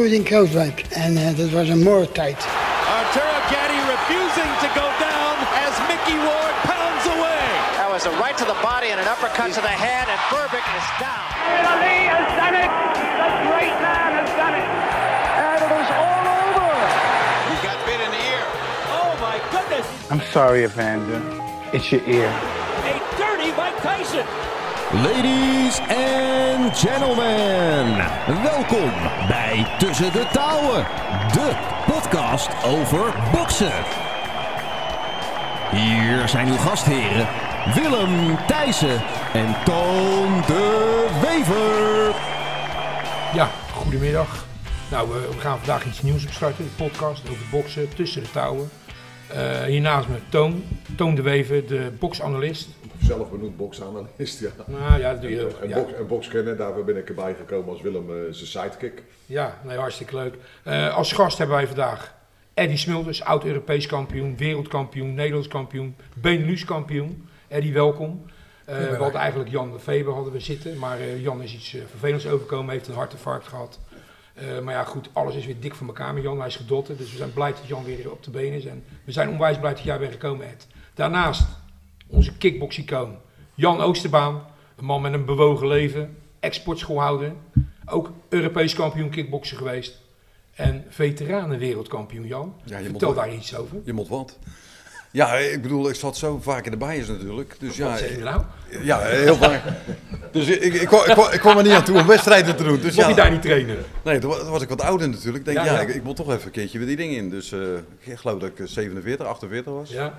goed in Kooswijk. En dat was een mooie tijd. Arturo Gatti refusing to go down as Mickey Ward pounds away. That was a right to the body and an uppercut to the head, and Berbick is down. Ali has done it. The great man has done it. And it is all over. He got bit in the ear. Oh my goodness. I'm sorry, Evander. It's your ear. A dirty Mike Tyson. Ladies and gentlemen, welkom bij Tussen de Touwen, de podcast over boksen. Hier zijn uw gastheren Willem Thijssen en Toon de Wever. Ja, goedemiddag. Nou, we gaan vandaag iets nieuws opstarten, de podcast over boksen Tussen de Touwen. Hier naast me Toon de Wever, de boksanalist. Zelf benoemd boksanalist, ja. Nou ja, dat doe je ook. En bokskenner, daar ben ik erbij gekomen als Willem zijn sidekick. Ja, nee, hartstikke leuk. Als gast hebben wij vandaag Eddie Smulders, oud-Europees kampioen, wereldkampioen, Nederlands kampioen, Benelux kampioen. Eddie, welkom. We hadden eigenlijk Jan de Veber hadden we zitten, maar Jan is iets vervelends overkomen, heeft een hartinfarct gehad. Maar ja, goed, alles is weer dik voor elkaar met Jan. Hij is gedotten, dus we zijn blij dat Jan weer op de benen is. En we zijn onwijs blij dat jij bent gekomen, Ed. Daarnaast onze kickbox-icoon Jan Oosterbaan. Een man met een bewogen leven, ex-sportschoolhouder. Ook Europees kampioen kickboksen geweest. En veteranenwereldkampioen, Jan. Ja, Vertel daar iets over. Je moet wat. Ja, ik bedoel, ik zat zo vaak in de bijes natuurlijk. Dus ja, wat zeg je nou? Ja, heel vaak. Dus ik kwam er niet aan toe om wedstrijden te doen. Dus mocht je daar niet trainen? Nee, toen was ik wat ouder natuurlijk. Ik denk, ik moet toch even een keertje weer die dingen in. Dus ik geloof dat ik 47, 48 was. Ja.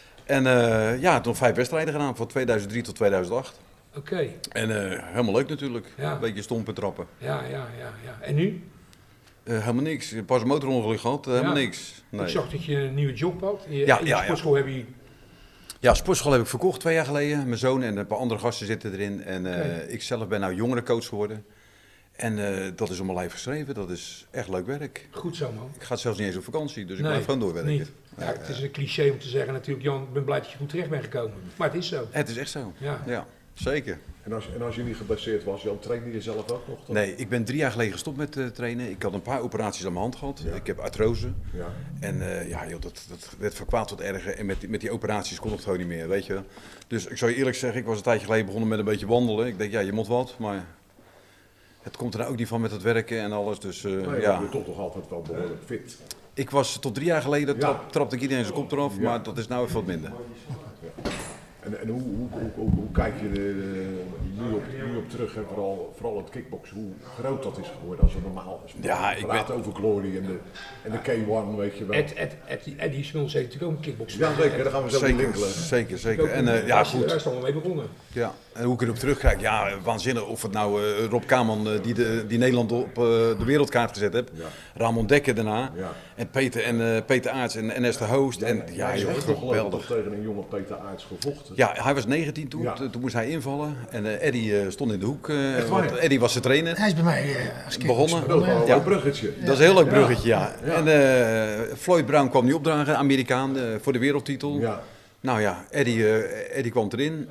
En toen 5 wedstrijden gedaan, van 2003 tot 2008. Oké. En helemaal leuk natuurlijk. Ja. Een beetje stompen trappen. Ja. En nu? Helemaal niks. Pas een motorongeluk gehad, helemaal niks. Nee. Ik zag dat je een nieuwe job had. In je sportschool heb je... Ja, sportschool heb ik verkocht 2 jaar geleden. Mijn zoon en een paar andere gasten zitten erin. En ik zelf ben nou jongerencoach geworden. En dat is om mijn lijf geschreven. Dat is echt leuk werk. Goed zo, man. Ik ga zelfs niet eens op vakantie, dus ik blijf gewoon doorwerken. Niet. Ja, het is een cliché om te zeggen natuurlijk, Jan, ik ben blij dat je goed terecht bent gekomen. Maar het is zo. Het is echt zo. Ja zeker. En als je niet geblesseerd was, Jan, trainde je zelf ook nog? Toch? Nee, ik ben 3 jaar geleden gestopt met trainen. Ik had een paar operaties aan mijn hand gehad. Ja. Ik heb artrose. Ja. En dat werd verkwaad tot erger. En met die operaties kon het gewoon niet meer, weet je. Dus ik zou je eerlijk zeggen, ik was een tijdje geleden begonnen met een beetje wandelen. Ik denk, je moet wat, maar het komt er nou ook niet van met het werken en alles. Dus je bent toch nog altijd wel behoorlijk fit. Ik was tot 3 jaar geleden, trapte ik iedereen zijn kop eraf, maar dat is nou even wat minder. Ja. En hoe kijk je nu op terug, hè? Vooral het kickboksen, hoe groot dat is geworden als we normaal praten over Glory en de K1, weet je wel. Eddie Smulders heeft natuurlijk ook een kickboksen. Ja, zeker, daar gaan we zo in winkelen. Zeker. En goed. Daar is het allemaal mee begonnen. Ja, en hoe ik erop terugkijk, waanzinnig. Of het nou Rob Kaman, die Nederland op de wereldkaart gezet heeft. Ja. Ramon Dekker daarna. Ja. En Peter Aerts en Esther Hoost. Ja, je hebt geweldig tegen een jonge Peter Aerts gevochten. Ja, hij was 19 toen. Ja. Toen moest hij invallen. En Eddie stond in de hoek. Eddie was zijn trainer. Hij is bij mij als begonnen. Ja, een bruggetje. Dat is een heel leuk bruggetje, ja. En Floyd Brown kwam nu opdragen, Amerikaan, voor de wereldtitel. Ja. Nou ja, Eddie kwam erin.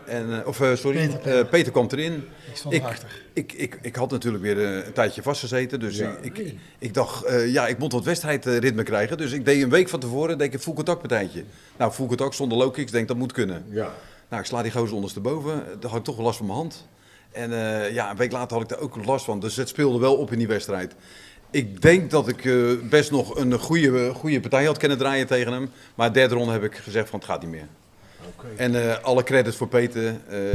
Peter kwam erin. Ik stond erachter. Ik had natuurlijk weer een tijdje vastgezeten. Dus ik dacht, ik moet wat wedstrijdritme krijgen. Dus ik deed een week van tevoren een full contact partijtje. Nou, full contact zonder low kicks, denk dat moet kunnen. Ja. Nou, ik sla die gozer ondersteboven. Dan had ik toch wel last van mijn hand. En een week later had ik daar ook last van. Dus het speelde wel op in die wedstrijd. Ik denk dat ik best nog een goede partij had kunnen draaien tegen hem. Maar de 3e ronde heb ik gezegd van het gaat niet meer. Okay. En alle credits voor Peter.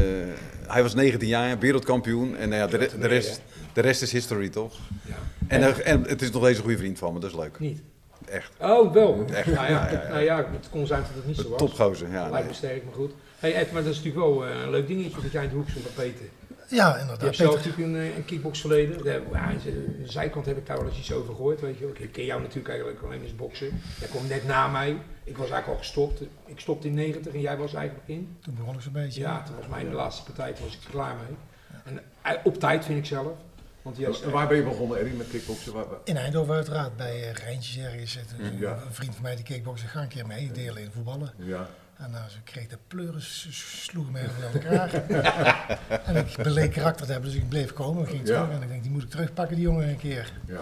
Hij was 19 jaar, wereldkampioen. En de rest is history, toch? Ja. En het is nog deze goede vriend van me, dat is leuk. Niet? Echt. Oh, wel? Echt. Nou ja, het kon zijn dat het niet zo was. Topgozer, ja. Lijkt me sterk, maar goed. Hey Ed, maar dat is natuurlijk wel een leuk dingetje dat jij in de hoek stond bij Peter. Ja, inderdaad. Je hebt zelf natuurlijk een kickboxverleden. Aan de zijkant heb ik daar wel eens iets over gehoord, weet je wel. Ik ken jou natuurlijk eigenlijk alleen eens boksen. Jij kwam net na mij. Ik was eigenlijk al gestopt. Ik stopte in 90 en jij was eigenlijk in. Toen begon ik zo'n beetje. Ja, toen was mijn laatste partij, toen was ik er klaar mee. Ja. En op tijd vind ik zelf. Want en waar ben je begonnen, Eddie, met kickboksen? In Eindhoven uiteraard, bij Rijntjes ergens zitten. Een vriend van mij die kickboksen, ga een keer mee. Ik deed alleen voetballen. Ja. En ze kreeg de pleuris, sloeg mij over elkaar. En ik bleek karakter te hebben, dus ik bleef komen. Ging terug en ik denk, die moet ik terugpakken, die jongen, een keer. Ja.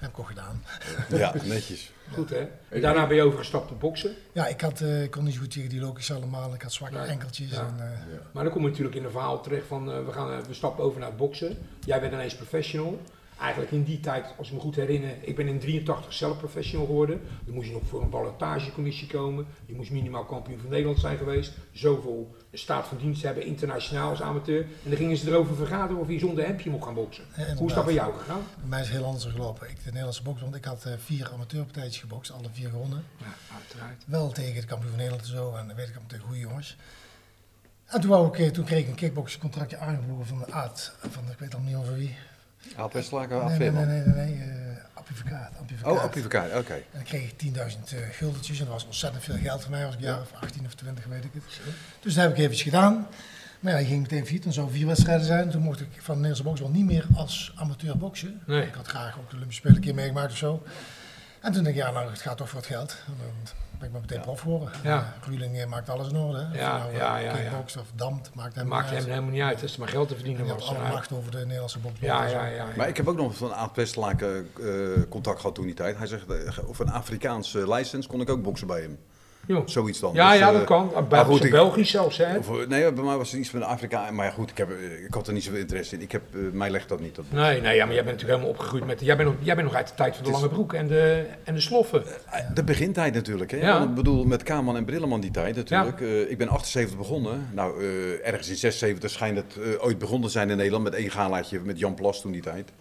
heb ik ook gedaan. Ja, netjes. Goed hè? En daarna ben je overgestapt op boksen? Ja, ik kon niet zo goed tegen die lokies allemaal. Ik had zwakke enkeltjes. Ja. En, Maar dan kom je natuurlijk in een verhaal terecht van we stappen over naar het boksen. Jij bent ineens professional. Eigenlijk in die tijd, als ik me goed herinner, ik ben in 83 zelf professional geworden. Dan moest je nog voor een ballotagecommissie komen. Je moest minimaal kampioen van Nederland zijn geweest. Zoveel staat van dienst hebben, internationaal als amateur. En dan gingen ze erover vergaderen of je zonder hemdje mocht gaan boksen. Hoe is dat bij jou gegaan? Bij mij is het heel anders gelopen. De Nederlandse boksbond, ik had 4 amateurpartijtjes gebokst, alle 4 gewonnen. Ja, uiteraard. Wel tegen de kampioen van Nederland en zo, en dan weet ik tegen goede jongens. En toen kreeg ik een kickboxcontractje aangeboden van de Aad, ik weet al niet over wie. Aad Westlaken, Nee, Appiverkaart. Oh, Appiverkaart, oké. En dan kreeg ik 10.000 guldetjes en dat was ontzettend veel geld voor mij, als ik jaar of 18 of 20 weet ik het. Dus dat heb ik eventjes gedaan. Maar ja, ik ging meteen failliet, dan zou 4 wedstrijden zijn. Toen mocht ik van de Nederlandse boksbond niet meer als amateur boksen. Nee. Ik had graag ook de Olympische Spelen een keer meegemaakt of zo. En toen dacht ik, ja nou, het gaat toch voor het geld. En dan ben ik maar meteen prof geworden. Ja. Ruling maakt alles in orde. Kickbokst of damt, maakt hem helemaal niet uit. Als er maar geld te verdienen was. alle macht over de Nederlandse boksbond. Ja. Maar ik heb ook nog van Aad Westlaken contact gehad toen die tijd. Hij zegt, of een Afrikaanse license kon ik ook boksen bij hem. Jo. Zoiets dan. Ja, dus, ja, dat kan. Belgisch zelfs, hè? Nee, bij mij was het iets met Afrika. Maar ja, goed, ik had er niet zoveel interesse in. Mij legt dat niet. Nee, maar jij bent natuurlijk helemaal opgegroeid met... Jij bent nog uit de tijd van de lange broek en de sloffen. De begintijd natuurlijk, hè? Ja. Ik bedoel, met Kaman en Brilleman die tijd natuurlijk. Ja. Ik ben 78 begonnen. Nou, ergens in 76 schijnt het ooit begonnen te zijn in Nederland met 1 galaatje met Jan Plas toen die tijd.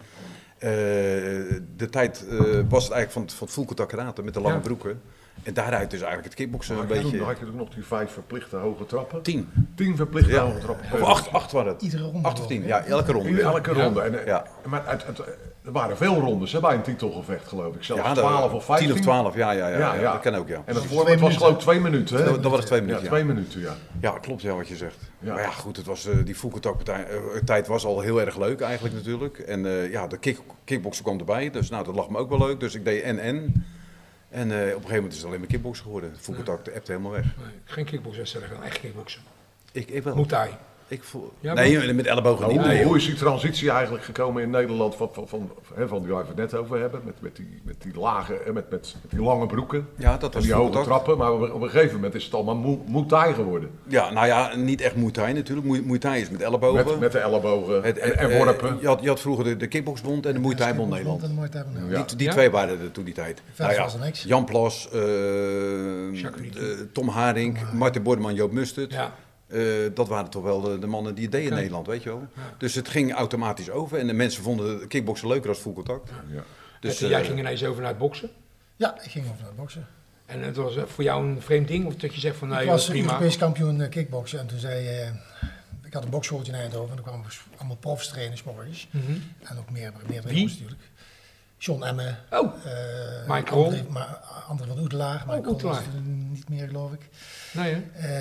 De tijd was het eigenlijk van het full-contact karate met de lange broeken. En daaruit dus eigenlijk het kickboksen een beetje... Dan had je ook nog die 5 verplichte hoge trappen? 10. 10 verplichte hoge trappen. Of 8 waren het. Iedere ronde. 8 of 10, ja, elke ronde. Elke ronde. Ja. Maar er waren veel rondes hè, bij een titelgevecht geloof ik. Zelfs 12 of 15. 10 of 12, ja. Dat kan ook, ja. En het voorbeeld was geloof ik 2 minuten. Hè? Dat was 2 minuten, ja. 2 minuten, ja. Ja, klopt ja, wat je zegt. Ja. Maar ja, goed, het was, die tijd was al heel erg leuk eigenlijk natuurlijk. En de kickboksen kwam erbij, dus nou, dat lag me ook wel leuk. Dus ik deed en. En op een gegeven moment is het alleen maar kickboksen geworden. Full contact appte helemaal weg. Nee, geen kickbokswedstrijd, echt kickboksen. Ik wel. Moet hij? Nee, met ellebogen niet. Nee, hoe is die transitie eigenlijk gekomen in Nederland van die waar we het net over hebben? Met die lage, met die lange broeken. Ja, dat was en die hoge trappen. Maar op een gegeven moment is het allemaal Muay Thai geworden. Ja, nou ja, niet echt Muay Thai natuurlijk. Muay Thai is met ellebogen. Met de ellebogen en worpen. Je had vroeger de Kickboxbond en de Muay Thai Bond Nederland. Die 2 waren er toen die tijd. Nou ja, Jan Plas, Tom Haring, Martin Bordeman, Joop Mustert. Ja. Dat waren toch wel de mannen die het deden in Nederland, weet je wel. Ja. Dus het ging automatisch over en de mensen vonden kickboksen leuker als full contact. Ja. Dus, jij ging ineens over naar het boksen? Ja, ik ging over naar het boksen. En het was voor jou een vreemd ding? Of dat je zegt van nou, ik was Europees kampioen kickboksen en toen zei ik had een bokschooltje in Eindhoven en toen kwamen allemaal profs trainen 's morgens. En ook meer jongens natuurlijk. John Emme, Mike Rol, André van Oetelaar, Mike Rol was niet meer geloof ik. Nee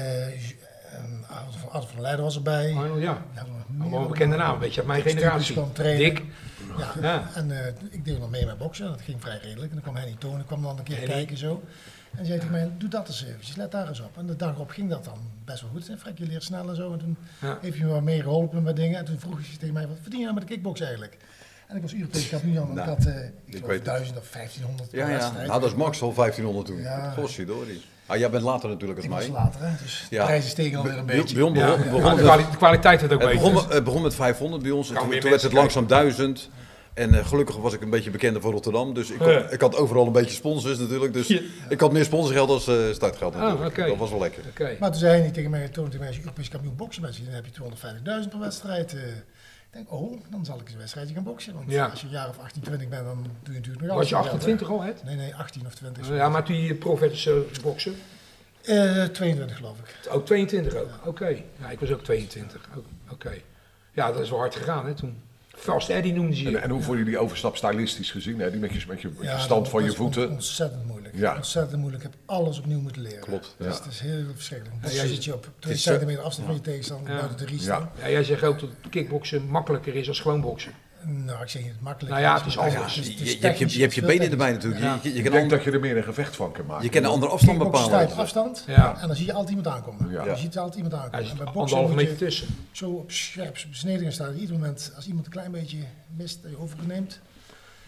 Adolf van Leijden was erbij. Allemaal bekende naam, een beetje uit mijn generatie. Dick. Ja. En ik deed nog mee met boksen, dat ging vrij redelijk. En dan kwam Henny Toon, kwam dan een keer kijken zo. En zei tegen mij, doe dat eens eventjes, let daar eens op. En de dag erop ging dat dan best wel goed. Frank, je leert snel en zo. En toen heeft hij me wat meer geholpen met dingen. En toen vroeg hij tegen mij, wat verdien je nou met de kickbox eigenlijk? En ik was Europees kampioen en ik had 1000 of 1500 per wedstrijd. Nou, dat is max al 1500 toen. Godzijdorie. Jij bent later natuurlijk als mij. Ik was later, hè, dus de prijzen stegen alweer een beetje. De kwaliteit werd ook beter. Het begon met 500 bij ons, toen werd het langzaam 1000. En gelukkig was ik een beetje bekender van Rotterdam, dus ik had overal een beetje sponsors natuurlijk. Dus ik had meer sponsorgeld als startgeld natuurlijk. Dat was wel lekker. Maar toen zei hij tegen mij, als je Europees kampioen boksen bent, dan heb je 250.000 per wedstrijd. Ik denk, dan zal ik eens een wedstrijdje gaan boksen. Want als je een jaar of 18, 20 bent, dan doe je natuurlijk nog alles. Was je 28 al, hè? Nee, 18 of 20. Ja, maar toen je prof werd boksen? 22 geloof ik. Oh, 22 ook? Oké. Ja, ik was ook 22. Oké. Ja, dat is wel hard gegaan, hè, toen. Fast Eddie noemde ze je. En hoe vond je die overstap stylistisch gezien? Hè? Die met je stand van je voeten. Ontzettend moeilijk. Ja. Ontzettend moeilijk. Ik heb alles opnieuw moeten leren. Klopt. Dus het is heel verschrikkelijk. Dus jij zit je op 2 centimeter afstand van je tegenstander buiten de rie staan. Ja, jij zegt ook dat kickboksen makkelijker is dan gewoon boksen. Nou, ik zeg niet makkelijk. Nou ja, het is anders. Je hebt je benen erbij natuurlijk. Ja. Ik denk dat je er meer een gevecht van kan maken. Je kan een andere afstand bepalen. Je staat op afstand en dan zie je altijd iemand aankomen. Ja. Je ziet altijd iemand aankomen. En bij boksen moet je tussen. Zo op scherp besneden gaan staan. Ieder moment, als iemand een klein beetje mist, dat je overneemt.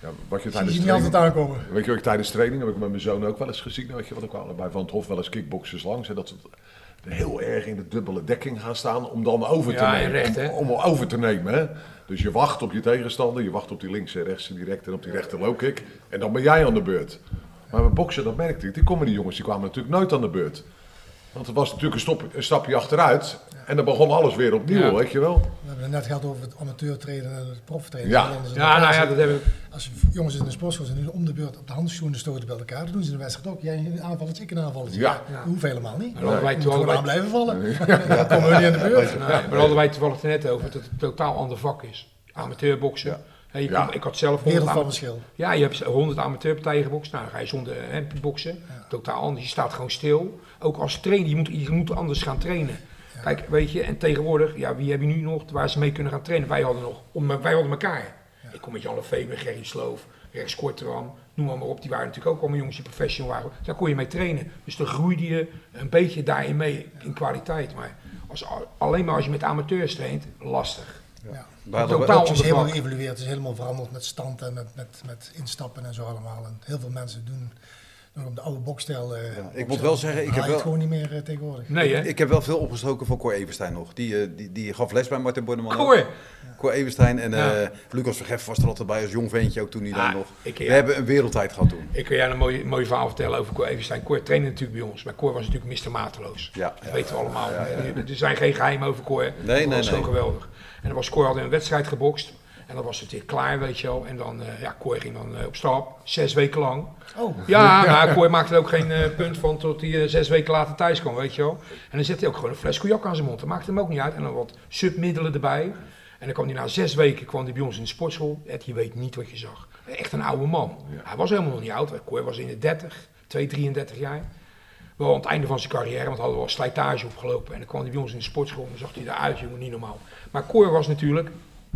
Ja, wat je Zie je niet altijd aankomen. Weet je wat ik tijdens training, heb ik met mijn zoon ook wel eens gezien. Weet je wat, ik kwam bij Van het Hof wel eens kickboxers langs. Hè, dat ze heel erg in de dubbele dekking gaan staan om dan over te nemen. Recht, om over te nemen. Hè. Dus je wacht op je tegenstander, je wacht op die linkse en rechtse direct en op die rechter low kick. En dan ben jij aan de beurt. Maar bij boksen, dat merkte ik, die comedy jongens die kwamen natuurlijk nooit aan de beurt. Want het was natuurlijk een stapje achteruit. En dan begon alles weer opnieuw, weet je wel. We hebben het net gehad over het amateurtrainen en het proftrainen. Dat hebben we. Als jongens in de sportschool zijn nu om de beurt op de handschoenen stoten bij elkaar, dan doen ze in de wedstrijd ook. Jij een aanvalletje, ik een aanvalletje. Ja. Dat hoeft helemaal niet. Maar wij gewoon aan blijven vallen. Dan komen we niet aan de beurt. Maar hadden wij toevallig net over dat het een totaal ander vak is. Amateurboksen. Ja. Ik had zelf 100 verschil. Ja, je hebt 100 amateurpartijen gebokst. Nou, dan ga je zonder boksen. Ja. Totaal anders. Je staat gewoon stil. Ook als trainer, je moet anders gaan trainen. Ja. Kijk, weet je, en tegenwoordig, wie heb je nu nog waar ze mee kunnen gaan trainen? Wij hadden elkaar. Ja. Ik kom met Jan Lefebvre, Gerry Sloof, Rex Kortram, noem maar op. Die waren natuurlijk ook allemaal jongens die professional waren. Daar kon je mee trainen. Dus dan groeide je een beetje daarin mee in kwaliteit. Maar alleen maar als je met amateurs traint, lastig. Ja. Het is helemaal geëvalueerd, het is helemaal veranderd met stand en met instappen en zo allemaal. En heel veel mensen doen nog op de oude bokstijl. Ik moet wel zeggen, ik heb wel gewoon niet meer tegenwoordig. Nee, ik heb wel veel opgestoken van Cor Everstein nog. Die gaf les bij Martin Borneman. Cor Everstein en Lucas Vergeff was er altijd bij als jong ventje ook toen hij daar nog. We hebben een wereldtijd gehad toen. Ik kan jou een mooi verhaal vertellen over Cor Everstein. Cor trainde natuurlijk bij ons, maar Cor was natuurlijk Mr. Mateloos. Ja, dat weten we allemaal. Er zijn geen geheimen over Cor. Dat was zo geweldig. En dan was Cor had in een wedstrijd gebokst. En dan was het weer klaar, weet je wel. En dan, Cor ging dan op stap, 6 weken lang. Oh. Ja, maar Cor maakte er ook geen punt van tot hij 6 weken later thuis kwam, weet je wel. En dan zette hij ook gewoon een fles cognac aan zijn mond. Dat maakte hem ook niet uit. En dan wat submiddelen erbij. En dan kwam hij na 6 weken bij ons in de sportschool. Je weet niet wat je zag. Echt een oude man. Ja. Hij was helemaal nog niet oud. Cor was in de 30, 33 jaar. Wel aan het einde van zijn carrière, want hadden we wel slijtage opgelopen. En dan kwam hij bij ons in de sportschool en dan zag hij eruit, jongen, niet normaal. Maar Cor was natuurlijk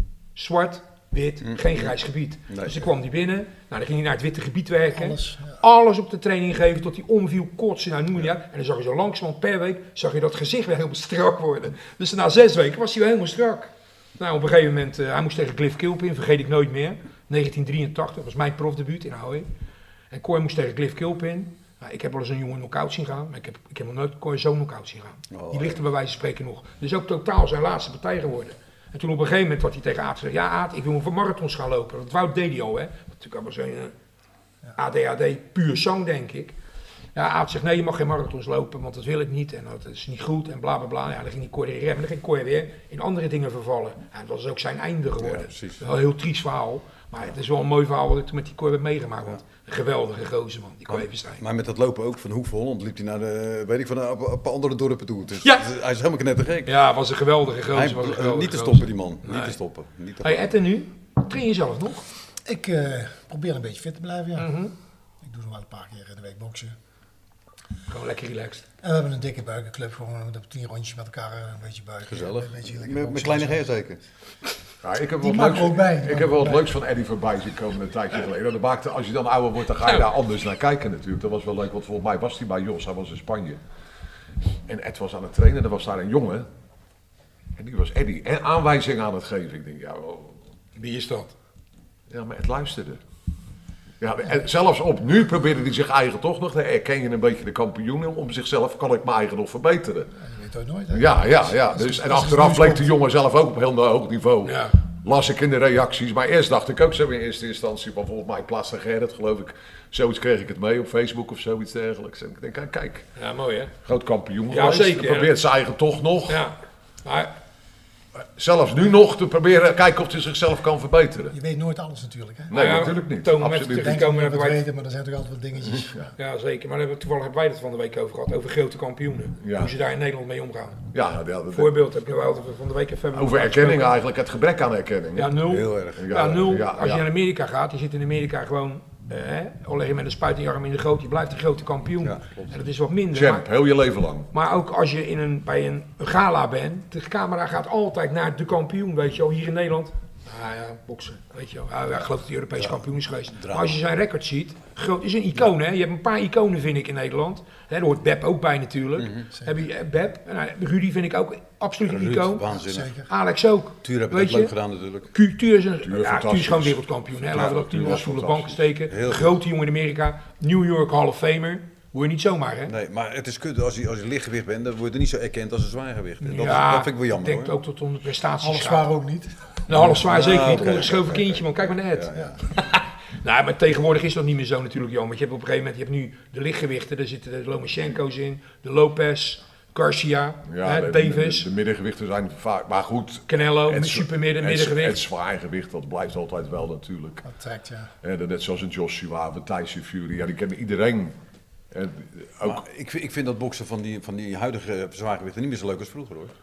zwart, wit, geen grijs gebied. Nee. Dus dan kwam hij binnen, dan ging hij naar het witte gebied werken. Alles op de training geven tot hij omviel, kotsen, nou noem je niet uit. En dan zag je zo langzamerhand per week, zag je dat gezicht weer helemaal strak worden. Dus na 6 weken was hij weer helemaal strak. Nou, op een gegeven moment, hij moest tegen Cliff Kilpin, vergeet ik nooit meer. 1983, dat was mijn profdebuut in Ahoy. En Cor moest tegen Cliff Kilpin. Nou, ik heb wel eens een jongen knock-out zien gaan, maar ik heb nog nooit Cor zo'n knock-out zien gaan. Die ligt er bij wijze van spreken nog. Dus ook totaal zijn laatste partij geworden. En toen op een gegeven moment had hij tegen Aad gezegd, ja Aad, ik wil voor marathons gaan lopen. Dat wou deed hij al, hè. Natuurlijk was een ADHD puur zang, denk ik. Ja, Aad zegt, nee, je mag geen marathons lopen, want dat wil ik niet. En dat is niet goed en bla bla bla. Ja, dan ging die Cor weer remmen. En dan ging Cor weer in andere dingen vervallen. Ja, dat was ook zijn einde geworden. Ja, wel een heel triest verhaal. Maar het is wel een mooi verhaal wat ik toen met die Cor heb meegemaakt. Want een geweldige gozer man, die Cor Everstein. Maar met dat lopen ook van Hoek van Holland liep hij naar de, weet ik, van een paar andere dorpen toe. Dus hij is helemaal knettergek. Ja, was een geweldige gozer. Niet te stoppen die man, niet te stoppen. Hey Ed, en nu? Train je zelf nog? Ik probeer een beetje fit te blijven, ja. Ik doe nog wel een paar keer in de week boksen. Gewoon lekker relaxed. En we hebben een dikke buikenclub, gewoon met 10 rondjes met elkaar, een beetje buiken. Gezellig. Een beetje met kleine geer zeker. Ja, ik heb wel het leuks van Eddie voorbij zien komen een tijdje geleden. Dat maakte, als je dan ouder wordt, dan ga je daar anders naar kijken natuurlijk. Dat was wel leuk, want volgens mij was hij bij Jos, hij was in Spanje. En Ed was aan het trainen, er was daar een jongen. En die was Eddie en aanwijzingen aan het geven. Ik denk, wie is dat? Ja, maar Ed luisterde. Ja, en zelfs op nu probeerde hij zich eigen toch nog. Herken je een beetje de kampioen om zichzelf, kan ik mijn eigen nog verbeteren. Ja, je weet het nooit, hè? Ja. Dus, en achteraf bleek de jongen zelf ook op heel hoog niveau. Ja. Las ik in de reacties. Maar eerst dacht ik ook zo in eerste instantie. Maar volgens mij plaatste Gerrit, geloof ik. Zoiets kreeg ik het mee op Facebook of zoiets dergelijks. En ik denk, kijk. Ja, mooi hè? Groot kampioen. Ja, zeker. Hij probeert zijn eigen toch nog. Ja, maar... Zelfs nu nog te proberen kijken of hij zichzelf kan verbeteren. Je weet nooit alles natuurlijk, hè? Nee, natuurlijk niet. Absoluut niet. Maar er zijn toch altijd wat dingetjes. Ja, zeker. Maar toevallig hebben wij dat van de week over gehad. Over grote kampioenen. Ja. Hoe ze daar in Nederland mee omgaan. Ja, voorbeeld heb je wel van de week even... Over erkenning eigenlijk. Het gebrek aan erkenning. Ja, 0. Heel erg. Ja, 0. Als je naar Amerika gaat, je zit in Amerika gewoon... al leg je met een spuit in je arm in de groot, je blijft die grote kampioen. Ja, en dat is wat minder. Champ, heel je leven lang. Maar ook als je bij een gala bent, de camera gaat altijd naar de kampioen, weet je wel. Hier in Nederland, Nou ja, boksen, weet je wel. Hij gelooft dat hij Europees kampioen is geweest. Maar als je zijn record ziet, groot is een icoon, hè. Je hebt een paar iconen, vind ik, in Nederland. Hè, daar hoort Beb ook bij natuurlijk. Heb je Beb, Rudy vind ik ook absoluut een icoon. Waanzinnig. Alex ook. Tuur heb je dat leuk gedaan natuurlijk. Tuur is gewoon wereldkampioen. Hè. Laten we dat Tuur als volle banken steken. Grote jongen in Amerika, New York Hall of Famer. Hoor je niet zomaar, hè? Nee, maar het is kut. Als je lichtgewicht bent, dan word je niet zo erkend als een zwaargewicht. En dat vind ik wel jammer, ik denk ook tot onder prestaties. Half zwaar ook niet. Nou, half zwaar zeker niet. Ondergeschoven kindje, man. Kijk maar net. Ja. Nou, maar tegenwoordig is dat niet meer zo natuurlijk, Jan. Want je hebt op een gegeven moment, je hebt nu de lichtgewichten. Daar zitten de Lomachenko's in, de Lopez, Garcia, Davis. De middengewichten zijn vaak, maar goed. Canelo, met middengewicht. Het zwaargewicht, dat blijft altijd wel natuurlijk. Dat trekt, ja. Net zoals een Joshua, een Tyson Fury. Ja, die kennen iedereen. Ook. Ik vind dat boksen van die huidige zwaargewichten niet meer zo leuk als vroeger, hoor.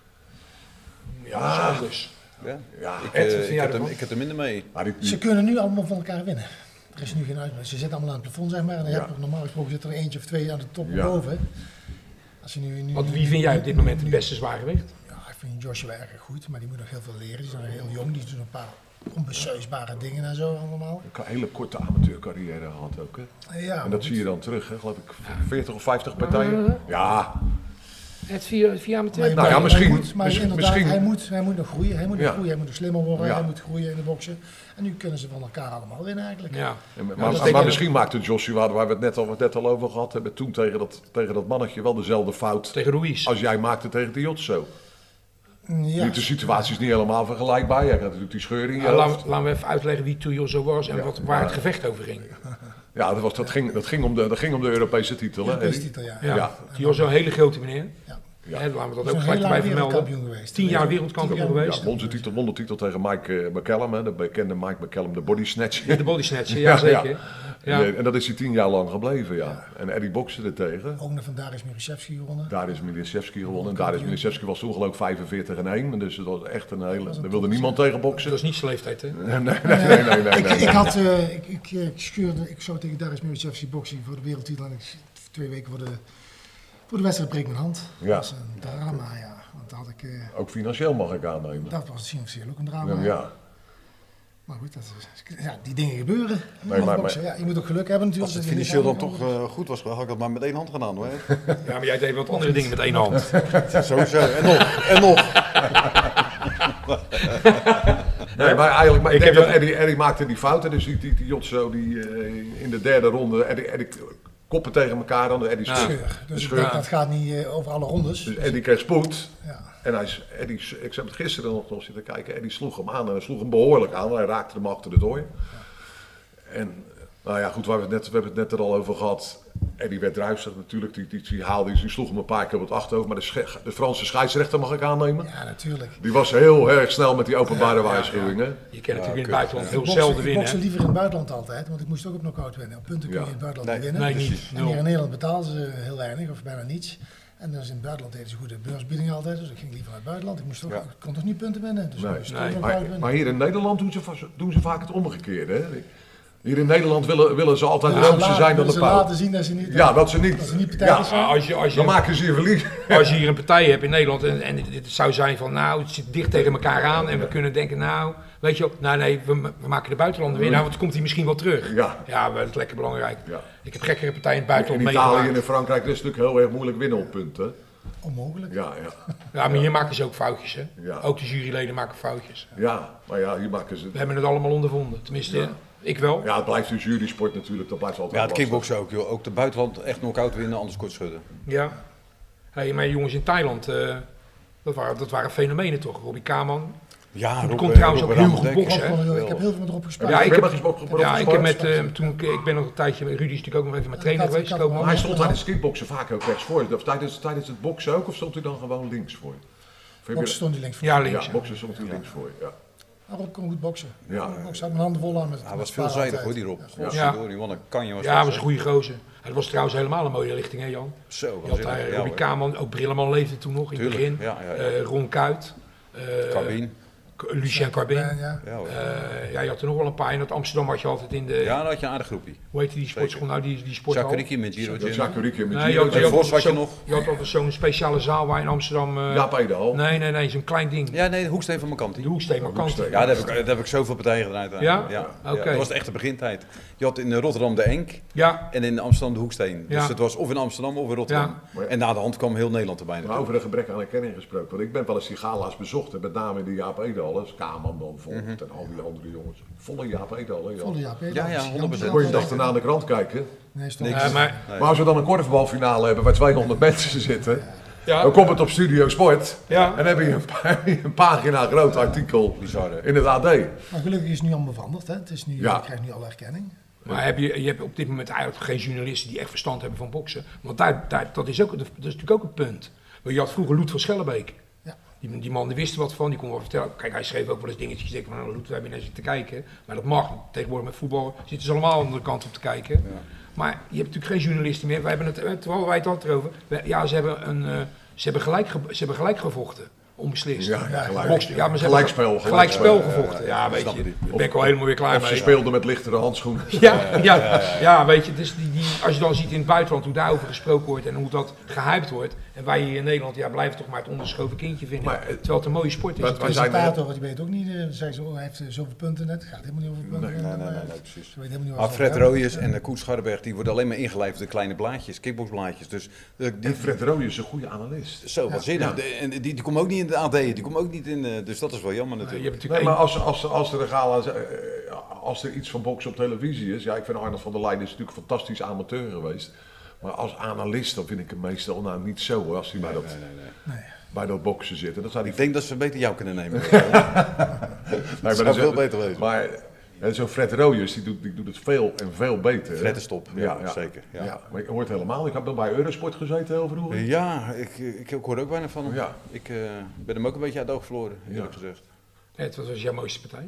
Ja, anders. Ja, ik heb er minder mee. Ze kunnen nu allemaal van elkaar winnen. Er is nu geen uitmaak. Ze zitten allemaal aan het plafond, zeg maar. En dan heb je normaal gesproken zit er eentje of twee aan de top boven. Als je wie vind jij op dit moment het beste zwaargewicht? Ja, ik vind Joshua erg goed, maar die moet nog heel veel leren. Die is nog heel jong, die doet een paar onbesuisbare dingen en zo allemaal. Een hele korte amateurcarrière gehad ook, hè? Ja, en dat zie je dan terug, hè? Geloof ik, 40 of 50 partijen. Ja. Het via amateur. Nou ja, misschien. Hij moet nog groeien. Hij moet nog groeien. Hij moet nog slimmer worden. Hij moet groeien in de boksen. En nu kunnen ze van elkaar allemaal winnen eigenlijk. Ja. Maar misschien maakte Joshua, waar we het net al over gehad hebben, toen tegen dat mannetje wel dezelfde fout. Tegen Ruiz. Als jij maakte tegen Diotso. Ja. De situatie is niet helemaal vergelijkbaar. Jij had natuurlijk die scheur in je hoofd. Laten we even uitleggen wie Tuyo was en waar het gevecht over ging. Ja, dat ging om de Europese titel. Europese titel, ja. Tuyo is een hele grote meneer. Ja. Laten we dat ook gelijk erbij vermelden. 10 jaar wereldkampioen geweest. Ja, won de titel tegen Mike McCallum, hè, de bekende Mike McCallum, de body snatcher. De body snatcher, ja zeker. Ja. En dat is hij 10 jaar lang gebleven, ja. En Eddie bokste er tegen. Ook nog van Darius Milishevski gewonnen. En Darius Milishevski was toen geloof ik 45 en 1. Dus dat was echt een hele... Daar wilde niemand tegen boksen. Dat is niet zijn leeftijd, hè? Nee. Ik zou tegen Darius Milishevski boksen voor de wereldtitel. En 2 weken voor de wedstrijd breek mijn hand. Ja. Dat was een drama, ja. Want dat had ik, ook financieel mag ik aannemen. Dat was financieel ook een drama. Ja. Maar goed, die dingen gebeuren. Je moet ook geluk hebben natuurlijk. Als het financieel dan toch goed was, had ik dat maar met 1 hand gedaan, hoor. Ja, maar jij deed wat andere dingen met 1 hand. Sowieso. En nog. Nee, maar eigenlijk, ik denk dat Eddie maakte die fouten. Dus die Jotso in de derde ronde, Eddie koppen tegen elkaar dan, Eddie scheur. Dus dat gaat niet over alle rondes. Dus Eddie kreeg spoed. Ja. En ik heb het gisteren nog zitten kijken, Eddie sloeg hem aan en hij sloeg hem behoorlijk aan. Hij raakte hem achter de dooi. Ja. En nou ja, goed, we hebben het net er al over gehad. Eddie werd druistig natuurlijk, die sloeg hem een paar keer op het achterhoofd. Maar de Franse scheidsrechter mag ik aannemen. Ja, natuurlijk. Die was heel erg snel met die openbare waarschuwingen. Ja. Je kent natuurlijk in het buitenland heel zelden winnen. Ik bokste liever in het buitenland altijd, want ik moest ook op knock-out winnen. Op punten kun je in het buitenland winnen. Nee, niet. En hier in Nederland betaalden ze heel weinig of bijna niets. En dan is in het buitenland deden ze goede beursbiedingen altijd, dus ik ging liever naar het buitenland. Ik kon toch niet punten winnen. Dus maar hier in Nederland doen ze vaak het omgekeerde. Hè? Hier in Nederland willen ze altijd roomser zijn dan de pauw. Laten zien dat ze niet. Dat ze niet partijdig zijn. Dan maken ze je verlies. Als je hier een partij hebt in Nederland en het zou zijn van het zit dicht tegen elkaar aan en we kunnen denken weet je we maken de buitenlanden weer. Want dan komt hij misschien wel terug. Ja, dat is lekker belangrijk. Ja. Ik heb gekkere partijen in het buitenland meegemaakt. In Italië en in Frankrijk is het natuurlijk heel erg moeilijk winnen op punten. Onmogelijk. Ja, maar hier maken ze ook foutjes, hè? Ja. Ook de juryleden maken foutjes. Ja, maar hier maken ze... We hebben het allemaal ondervonden, tenminste, ik wel. Ja, het blijft een jurysport natuurlijk, dat blijft altijd het kickboksen ook, joh. Ook de buitenland echt knock-out winnen, anders kort schudden. Ja. Mijn jongens in Thailand, dat waren fenomenen toch? Robbie Kaman. Ja, die kon trouwens ook heel goed boksen. Ik heb heel veel met Rob gespeeld. Ik ben nog een tijdje, Rudy is natuurlijk ook nog even mijn trainer geweest. Maar hij stond tijdens het kickboksen vaak ook rechts voor. Tijdens het boksen ook, of stond hij dan gewoon links voor? Boksen stond hij links voor. Ja, links. Ja, boksen stond hij links voor, ja. Rob kon goed boksen. Ja. Ik had mijn handen vol aan met hij was veelzijdig hoor, die Rob. Die won een kanje. Ja, was een goede gozer. Het was trouwens helemaal een mooie richting, hè Jan? Zo. Je had Robbie Kaman, ook Brilleman leefde toen nog in het begin. Ron Kuit. Lucien Carbin. Ja. Je had er nog wel een paar. In het Amsterdam had je altijd in de... Ja, dan had je een aardig groepie. Hoe heet die sportschool nou? Die sporthal? Jacques met Giro. Je had altijd zo'n speciale zaal waar in Amsterdam... Jaap Edal. Nee, zo'n klein ding. Ja, nee, de Hoeksteen van Marcanti. De Hoeksteen Marcanti. Ja, daar heb ik zoveel partijen gedraaid aan. Ja? Oké. Dat was de echte begintijd. Je had in Rotterdam de Enk en in Amsterdam de Hoeksteen. Dus het was of in Amsterdam of in Rotterdam. Ja. En na de hand kwam heel Nederland erbij. Maar over een gebrek aan erkenning gesproken. Want ik ben wel eens die gala's bezocht. Met name in de Jaap Edal. Kaman dan Vogt en al die andere jongens. Volle Jaap Edal. Volle Jaap Edal. Ja, 100%. Moet je dag daarna aan de krant kijken. Nee, maar als we dan een korfbalfinale hebben waar 200 mensen zitten. Dan komt het op Studio Sport. En dan heb je een pagina groot artikel in het AD. Maar gelukkig is het nu allemaal veranderd. Hè? Het is nu, je krijgt nu alle erkenning. Maar je hebt op dit moment eigenlijk geen journalisten die echt verstand hebben van boksen. Want dat is natuurlijk ook een punt. Je had vroeger Loet van Schellebeek. Ja. Die man die wist er wat van, die kon wel vertellen. Kijk, hij schreef ook wel eens dingetjes. Ik van, Loet, we hebben naar zitten kijken. Maar dat mag. Tegenwoordig met voetbal zitten ze allemaal aan de kant op te kijken. Ja. Maar je hebt natuurlijk geen journalisten meer. Terwijl wij het hadden erover. Ze hebben gelijk gevochten. Onbeslist. Gelijkspel gevochten. Ja, weet je, daar ben ik al helemaal weer klaar mee. Ze speelden met lichtere handschoenen. Ja, weet je, dus als je dan ziet in het buitenland hoe daarover gesproken wordt en hoe dat gehyped wordt. En wij hier in Nederland blijven toch maar het onderschoven kindje vinden. Maar, terwijl het een mooie sport is. De presentator, die weet ook niet, hij heeft zoveel punten net. Het gaat helemaal niet over punten. Nee, precies. Maar Fred Rooijers en Koen Scharrenberg, die worden alleen maar ingelijfd door kleine blaadjes, kickboxblaadjes. Dus, Fred Rooijers is een goede analist. Zo, wat zin. En die komt ook niet in de AD, die komt ook niet in, dus dat is wel jammer natuurlijk. Nee, maar als er iets van boksen op televisie is, ik vind Arnold van der Leijden is natuurlijk een fantastisch amateur geweest. Maar als analist, dan vind ik hem meestal niet zo hoor, als hij bij dat boksen zit. Ik denk dat ze beter jou kunnen nemen. Dat zou veel beter wezen. Maar zo'n Fred Rooijers, die doet het veel en veel beter. Fred is top, zeker. Ja. Maar ik hoor het helemaal. Ik heb dan bij Eurosport gezeten heel vroeger. Ja, ik hoor ook bijna van hem. Ja. Ik ben hem ook een beetje uit het oog verloren, eerlijk gezegd. Wat was jouw mooiste partij?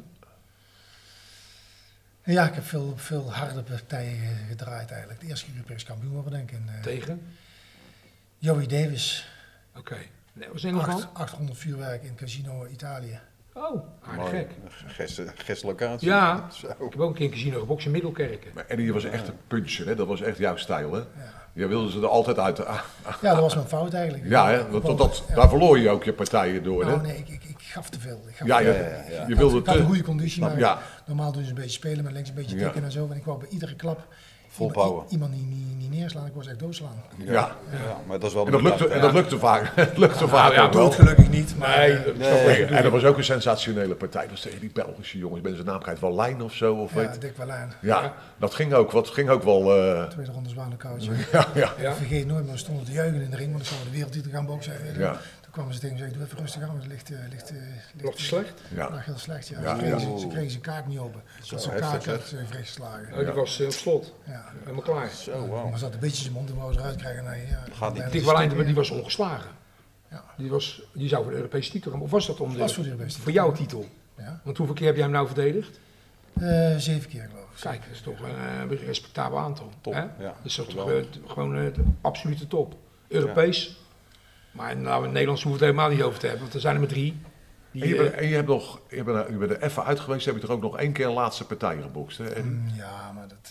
Ja, ik heb veel harde partijen gedraaid eigenlijk. De eerste keer Europees kampioen worden, denk ik. Tegen? Joey Davis. Oké. Nee, was in 800 vuurwerk in Casino Italië. Oh, aardig gek. Gestlocatie. Ja, ik heb ook een keer een casino gebokst in Middelkerken. Maar Eddie was echt een puncher, hè? Dat was echt jouw stijl, hè? Ja. Je wilde ze er altijd uit. Ja, dat was mijn fout eigenlijk. Ja, hè? Daar verloor je ook je partijen door, hè? Nee, ik gaf te veel. Ik had een goede conditie, maar normaal doen ze een beetje spelen, met links een beetje tikken en zo. En ik wou bij iedere klap iemand niet neerslaan, ik was echt doodslaan. Ja, maar dat is wel... En dat lukte vaak. Het lukte vaak ook wel. Gelukkig niet. Maar en dat was ook een sensationele partij. Dat was tegen die Belgische jongens. Ben zijn naam kwijt, Wallijn of zo? Of Dick Wallijn. Ja, dat ging ook wel... Tweede ronde Zwanenkoutje. Ja. Ik vergeet nooit, maar we stonden te juichen in de ring, want dan zouden we de wereldtitel gaan boksen. Ja. Toen kwamen ze tegen me en zeiden, doe even rustig aan, want het ligt slecht? Ja. Lag heel slecht, ja. Ze kregen zijn kaak niet open. Dat zijn kaak werd vreeggeslagen. Die was op slot. Ja. Helemaal klaar. Zo, wow. Maar ze had een beetje zijn mond en wou ze eruit krijgen. Dick Wallijn, die was ongeslagen. Ja. Die zou voor de Europese titel gaan. Of was dat voor jouw titel? Ja. Want hoeveel keer heb jij hem nou verdedigd? 7 keer geloof ik. Kijk, dat is toch een respectabel aantal. Top, hè? Ja. Dus dat is toch gewoon de absolute top. Europees. Ja. Maar in Nederlands hoeven we het helemaal niet over te hebben, want er zijn er maar 3. Je bent er even uit geweest, heb je toch ook nog 1 keer een laatste partij gebokst, hè? Ja, maar dat...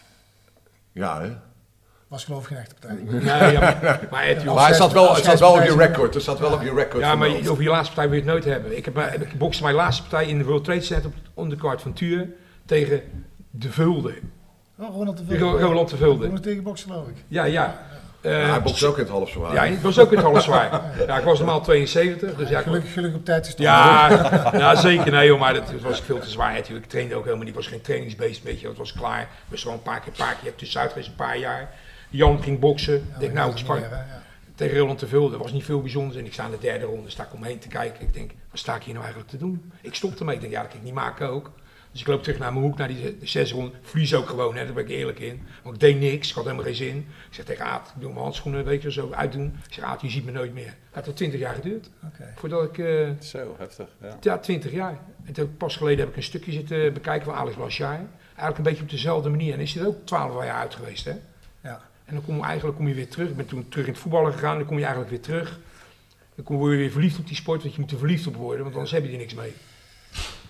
Ja, hè? Was geloof ik geen echte partij. Nee, maar het staat wel op je record. Het staat wel op je record. Ja, maar over je laatste partij wil je het nooit hebben. Ik bokste mijn laatste partij in de World Trade Center op het undercard van Thuur tegen De Vulde. Oh, Ronald De Vulde. Roland De Vulde. Toen tegen boksen geloof ik. Ja. Hij bokste ook in het half zwaar. Ja, het was ook in het half zwaar. Ja, ik was normaal 72. Dus gelukkig op tijd gestopt. Ja, zeker. Nee, joh, maar het was veel te zwaar natuurlijk. Ik trainde ook helemaal niet. Ik was geen trainingsbeest, weet je. Het was klaar. Ik was wel een paar keer tussenuit geweest, een paar jaar. Jan ging boksen. Ik denk, nou, ik sprak tegen Roland Te Vulde. Er was niet veel bijzonders. En ik sta in de 3e ronde, sta ik omheen te kijken. Ik denk, wat sta ik hier nou eigenlijk te doen? Ik stopte ermee. Ik denk, dat kan ik niet maken ook. Dus ik loop terug naar mijn hoek, naar die 6 ronde. Verlies ook gewoon, hè, daar ben ik eerlijk in. Want ik deed niks, ik had helemaal geen zin. Ik zeg tegen Aad, ik doe mijn handschoenen een weekje zo uitdoen. Ik zeg, Aad, je ziet me nooit meer. Het had al 20 jaar geduurd. Voordat ik... Zo, heftig. Ja, 20 jaar. En toen, pas geleden heb ik een stukje zitten bekijken van Alex Blanchard. Eigenlijk een beetje op dezelfde manier. En is hij er ook 12 jaar uit geweest, hè? Ja. En dan kom je weer terug. Ik ben toen terug in het voetballen gegaan, dan kom je eigenlijk weer terug. Dan word je weer verliefd op die sport, want je moet er verliefd op worden, want anders heb je er niks mee.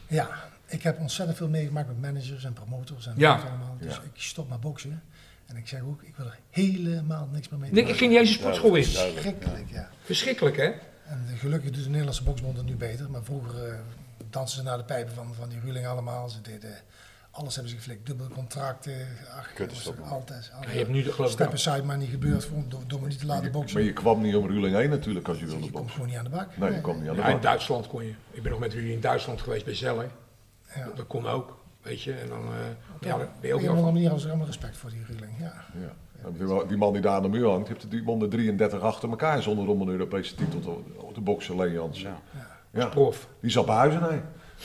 Ja, ik heb ontzettend veel meegemaakt met managers en promotors en allemaal. Dus ik stop met boksen. En ik zeg ook, ik wil er helemaal niks meer mee te maken. Ik ging niet eens een sportschool in. Verschrikkelijk, ja. Verschrikkelijk, hè? En gelukkig doet de Nederlandse boksbond het nu beter. Maar vroeger dansen ze naar de pijpen van die Ruling allemaal. Ze deden alles, hebben ze geflikt. Dubbele contracten. Altijd. Je hebt nu de geloof ik step aside maar niet gebeurd door me niet te laten boksen. Maar je kwam niet om Ruling heen natuurlijk als je wilde Je komt boksen. gewoon niet aan de bak. Nee, je kwam niet aan de bak. In Duitsland kon je. Ik ben nog met jullie in Duitsland geweest bij Zeller. Ja. Dat kon ook, weet je. En dan dan ben je Op ook een heel manier hebben ze allemaal respect voor die Ruling. Ja. Die man die daar aan de muur hangt, die won de 33 achter elkaar zonder om een Europese titel te boksen, Leen Jans. Ja. Prof. Die zat bij huizen, nee.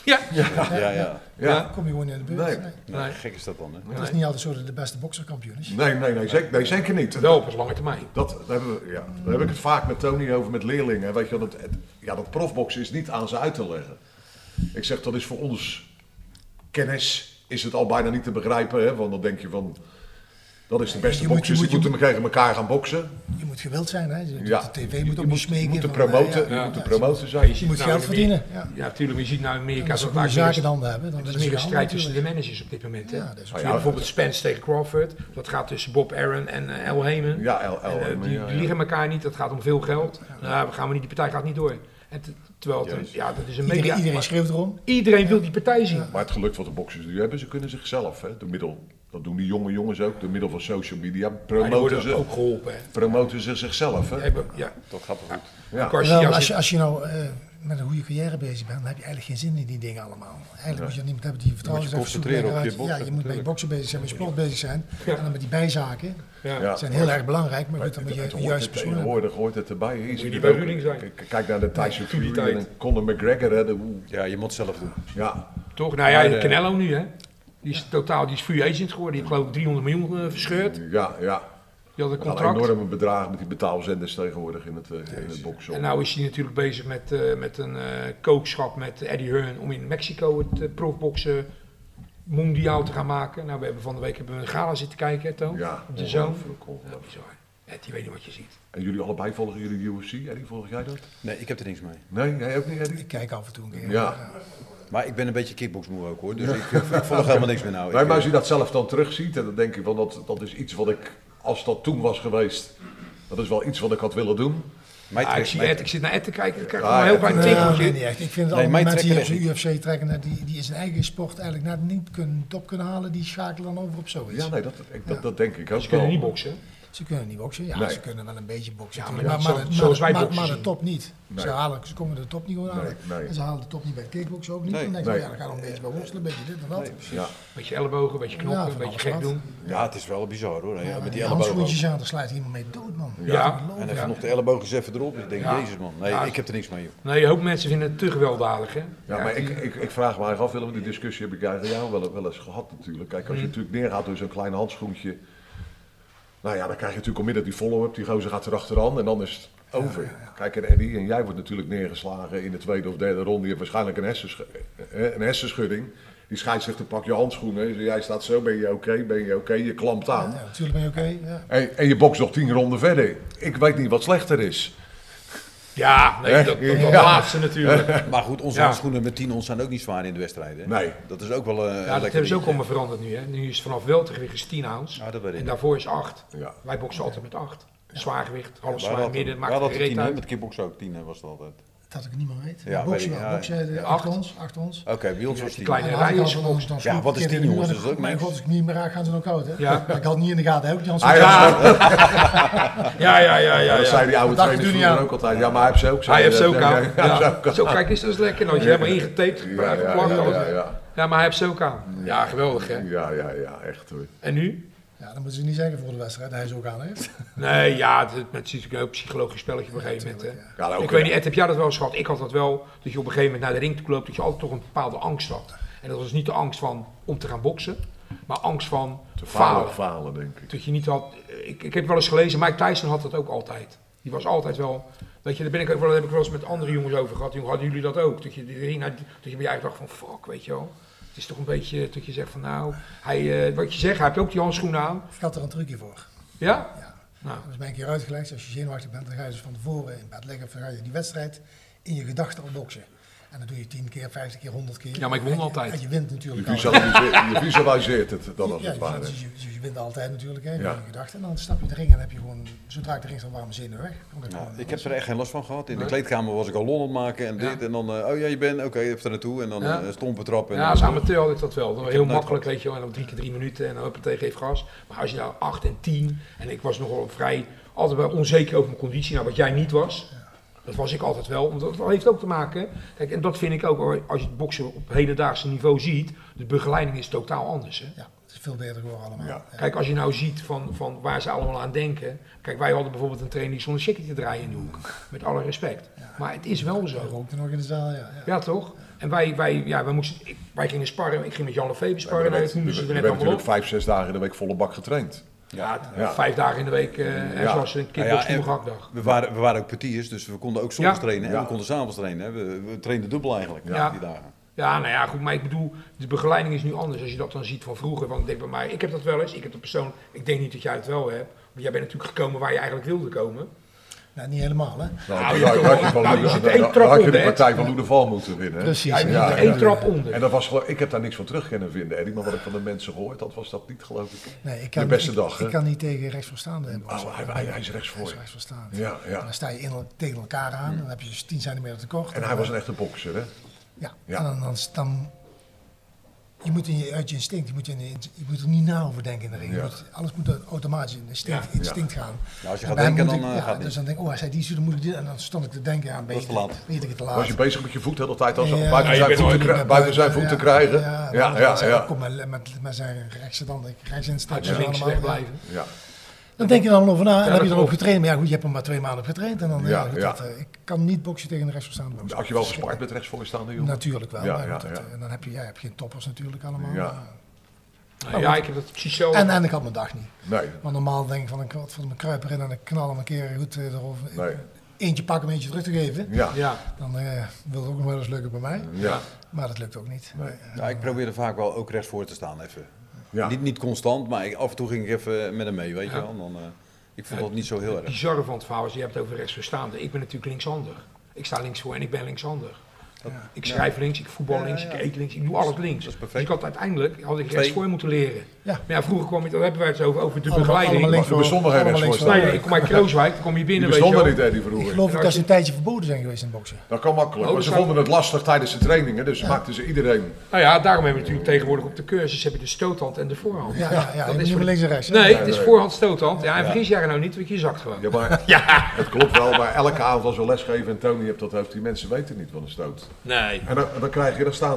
Ja. Kom je gewoon in de buurt. Nee, gek is dat dan, hè? Het is niet altijd zo dat de beste bokserkampioen is. Nee, zeker niet. Wel op een lange termijn. Daar heb ik het vaak met Tony over, met leerlingen. Weet je, dat profboksen is niet aan ze uit te leggen. Ik zeg, dat is voor ons kennis, is het al bijna niet te begrijpen. Hè? Want dan denk je van, dat is de beste boksers, die moeten tegen elkaar gaan boksen. Je moet gewild zijn, hè? De tv moet ook niet smeken. Je moet de promotor zijn. Je moet geld verdienen. Ja, natuurlijk. Je ziet nou in Amerika dat dat vaak zaken dan hebben. Het is meer een strijd tussen de managers op dit moment. Hè? Ja, bijvoorbeeld Spence tegen Crawford. Dat gaat tussen Bob Arum en Al Heyman. Ja, die liegen elkaar niet. Dat gaat om veel geld. Nou, die partij gaat niet door. Terwijl dat is een media. Iedereen schreeuwt erom. Iedereen wil die partij zien. Maar het geluk wat de boxers nu hebben, ze kunnen zichzelf, hè, door middel, dat doen die jonge jongens ook, door middel van social media, promoten ze zichzelf. Hè. Ja, dat gaat wel goed. Ja. Als je nou met een goede carrière bezig bent, dan heb je eigenlijk geen zin in die dingen allemaal. Eigenlijk moet je niemand hebben die vertrouwen heeft. Concentreren op je boksen. Ja, je moet met je boksen bezig zijn, met je sport bezig zijn. En dan met die bijzaken. Zijn heel erg belangrijk, maar dan moet je de juiste persoon hebben. Hoort het erbij. Moet je niet bij Ruling zijn. Kijk naar de Tyson Fury en Conor McGregor. Hè, ja, je moet het zelf doen. Ja. Toch? Nou ja, Canelo nu, hè. Die is free agent geworden. Die heeft geloof ik 300 miljoen verscheurd. Ja. Die had een contract. Enorme bedragen met die betaalzenders tegenwoordig in het boksen. En nou is hij natuurlijk bezig met een kookschap met Eddie Hearn om in Mexico het profboksen mondiaal te gaan maken. Nou, we hebben van de week een gala zitten kijken, hè, Toon? Ja. Op de zoon. Bizar. Die weet niet wat je ziet. En jullie allebei volgen jullie UFC? Eddie, volg jij dat? Nee, ik heb er niks mee. Nee, jij ook niet, Eddie? Ik kijk af en toe een keer. Ja. Maar ik ben een beetje kickboxmoe ook, hoor. Dus ik volg helemaal niks meer nou. Maar als je dat zelf dan terugziet, en dan denk ik van dat is iets wat ik, als dat toen was geweest, dat is wel iets wat ik had willen doen. Ik zit naar Ed te kijken, ik krijg gewoon een heel klein tikkeltje. Nee, echt. Ik vind het allemaal mensen die op zijn UFC trekken, die in zijn eigen sport eigenlijk net niet top kunnen halen, die schakelen dan over op zoiets. Ja, nee, dat denk ik ook. Ze kunnen niet boksen. Ze kunnen niet boksen, ja, ze kunnen wel een beetje boksen. Ja, zoals wij boksen. Maar de top niet. Nee. Ze komen de top niet gewoon aan. Nee. En ze halen de top niet bij het kickboksen ook niet. Dan denk je, dan gaan we een beetje bij worstelen, een beetje dit en dat. Ja. Beetje ellebogen, een beetje knokken, een beetje gek doen. Ja, het is wel bizar, hoor. Ja, met die handschoentjes aan, daar sluit iemand mee dood, man. Ja. En even nog de ellebogen even erop. Ik denk, jezus, man. Nee, ik heb er niks mee, joh. Nee, een hoop mensen vinden het te gewelddadig, hè. Ja, maar ik vraag me eigenlijk af, Willem, die discussie heb ik eigenlijk jou wel eens gehad natuurlijk. Kijk, als je natuurlijk neergaat door zo'n klein handschoentje, nou ja, dan krijg je natuurlijk onmiddellijk die follow-up, die gozer gaat erachteraan en dan is het over. Kijk, en Eddie, en jij wordt natuurlijk neergeslagen in de tweede of derde ronde. Je hebt waarschijnlijk een hersenschudding. Die scheidsrechter pakt je handschoenen. Jij staat zo, ben je oké, je klampt aan. Ja, natuurlijk ben je oké. Ja. En je bokst nog 10 ronden verder. Ik weet niet wat slechter is. Ja, nee, dat laatste natuurlijk. Maar goed, onze handschoenen met 10 ons zijn ook niet zwaar in de wedstrijden. Nee. Dat is ook wel dat hebben ze ook allemaal veranderd nu. Hè. Nu is vanaf weltergewicht is 10 ounce. En daarvoor is 8. Ja. Wij boksen altijd met 8. Zwaargewicht, alles zwaar, midden, maakt het gereed uit. Met kickboksen ook 10 was het altijd. Dat ik niet meer weet. Ja, boksen 8 ons. Oké, bij ons was 10. Kleine rijen is ja, wat is 10 jongens? Dat is ook mijn god, als ik niet meer raak, gaan ze nog koud, hè? Ja. Ik had niet in de gaten, hè? Ja. Dat zei die oude trainers vroeger ook altijd. Ja, maar hij heeft ze ook. Hij heeft ze ook aan. Zo, kijk eens, dat is lekker. Nou, je helemaal ingetaped. Ja, maar hij heeft ze ook aan. Ja, geweldig, hè? Ja, echt hoor. En nu? Ja, dat moeten ze niet zeggen voor de wedstrijd, hij is ook aan heeft. Nee, ja, het is natuurlijk een psychologisch spelletje op een gegeven moment. Hè. Ja, ik weet niet, Ed, heb jij dat wel eens gehad? Ik had dat wel, dat je op een gegeven moment naar de ring toe loopt, dat je altijd toch een bepaalde angst had. En dat was niet de angst om te gaan boksen, maar angst van te falen, denk ik. Dat je niet had, ik heb wel eens gelezen, Mike Tyson had dat ook altijd. Die was altijd wel, weet je, daar heb ik wel eens met andere jongens over gehad. Hadden jullie dat ook? Dat je bij je eigenlijk dacht van, fuck, weet je wel. Het is toch een beetje dat je zegt van nou, wat je zegt, hij heeft ook die handschoenen aan. Ik had er een trucje voor. Ja? Ja. Nou. Dat is mij een keer uitgelegd. Als je zenuwachtig bent, dan ga je dus van tevoren in bed liggen. Of dan ga je die wedstrijd in je gedachten al boksen. En dan doe je 10 keer, 50 keer, 100 keer. Ja, maar ik won altijd. En je wint natuurlijk Je visualiseert het dan als het ware. Je wint altijd natuurlijk, hè, ja. gedachten. En dan stap je de ring en heb je gewoon, zodra ik de ring sta, warme zenuwen weg. Ik heb er echt geen last van gehad. In de kleedkamer was ik al lol aan het maken en dit. En dan, je bent, oké, even er naartoe. En dan stompen trappen. Ja, als amateur had ik dat wel. Dat was heel makkelijk, weet je wel. En dan 3 keer 3 minuten en dan huppatee, geef gas. Maar als je nou 8 en 10, en ik was nogal vrij, altijd wel onzeker over mijn conditie, nou wat jij niet was. Dat was ik altijd wel, want dat heeft ook te maken. Kijk, en dat vind ik ook, als je het boksen op hedendaagse niveau ziet, de begeleiding is totaal anders. Hè? Ja, het is veel beter geworden allemaal. Ja. Kijk, als je nou ziet van waar ze allemaal aan denken. Kijk, wij hadden bijvoorbeeld een trainer die zonder checkie te draaien in de hoek. Met alle respect. Ja. Maar het is wel zo. We rookten nog in de zaal, ja toch? En wij gingen sparren, ik ging met Jan Lefebvre sparren. Je bent natuurlijk 5-6 dagen in de week volle bak getraind. Ja, 5 dagen in de week, zoals een kickboxgemakdag. We waren ook petiers, dus we konden ook 's ochtends trainen en we konden 's avonds trainen. We trainden dubbel eigenlijk die dagen. Ja, nou ja, goed, maar ik bedoel, de begeleiding is nu anders als je dat dan ziet van vroeger. Want ik denk bij mij, ik heb dat wel eens, ik heb de persoon, ik denk niet dat jij het wel hebt. Want jij bent natuurlijk gekomen waar je eigenlijk wilde komen. Nou, niet helemaal, hè? Je zit 1 trap onder. Had je de partij van Loedeval moeten winnen. Precies. Ja, 1 trap onder. En dat was gewoon, ik heb daar niks van terug kunnen vinden, Eddie. Maar wat ik van de mensen gehoord had, was dat niet, geloof ik. Nee, de beste dag. Ik kan niet tegen rechtsvoorstaande hebben. Hij is rechtsvoor. Hij is rechtsvoorstaand. Ja. En dan sta je tegen elkaar aan, dan heb je 10 centimeter tekort. En hij was een echte bokser, hè? Ja. En dan je moet uit je instinct, je moet er niet na over denken in de ring. Alles moet automatisch in instinct gaan. Ja, als je gaat denken, dan gaat het niet. Dus dan denk ik, hij zei die zo, dan moet ik dit. En dan stond ik te denken aan, weet ik te laat. Was je bezig met je voet de hele tijd, buiten zijn voet te krijgen? Ja. Kom met zijn rechtsinstappen. Uit links wegblijven. Ja. Dan denk je dan over na en dan heb je dan ook getraind. Maar ja, goed, je hebt hem maar 2 maanden op getraind. En dan, ik kan niet boksen tegen een rechtsvoorstaande bokser. Had je wel gespart met rechtsvoorstaande jongen? Natuurlijk wel. En dan heb je geen toppers natuurlijk allemaal. Ja, ik heb dat precies zo. En ik had mijn dag niet. Nee. Want normaal denk ik van ik wat van mijn kruiper in en ik knal hem een keer goed erover. Nee. Eentje pakken om eentje terug te geven. Ja. Dan wil het ook nog wel eens lukken bij mij. Ja. Maar dat lukt ook niet. Nee. Ik probeerde vaak wel ook rechts voor te staan even. Ja. Niet constant, maar af en toe ging ik even met hem mee, weet je wel. Dan, ik vond dat niet zo heel erg. Het bizarre van het verhaal is, je hebt het over rechtsverstaande. Ik ben natuurlijk linkshandig. Ik sta links voor en ik ben linkshandig. Ik schrijf links, ik voetbal links, ik eet links, ik doe alles links. Dat is perfect. Dus ik had uiteindelijk rechtsvoor moeten leren. Ja. Maar vroeger kwam je, daar hebben wij het over de begeleiding. Er bestond nog geen rechtsvoor. Nee, ik kom uit Krooswijk, dan kom je binnen. Die bestonden niet, Eddie, vroeger. Ik geloof dat ze een tijdje verboden zijn geweest in boksen. Dat kan makkelijk, maar ze vonden het lastig tijdens de trainingen, dus maakten ze iedereen. Nou ja, daarom hebben we natuurlijk tegenwoordig op de cursus heb je de stoothand en de voorhand. Ja, dat is niet meer links en rechts. Nee, het is voorhand, stoothand. Ja, en vergis jij er nou niet, want je zakt gewoon. Ja, maar het klopt wel, maar elke avond als we lesgeven en Tony hebt dat hoofd, die mensen weten niet van een stoot. Nee. En dan krijg je,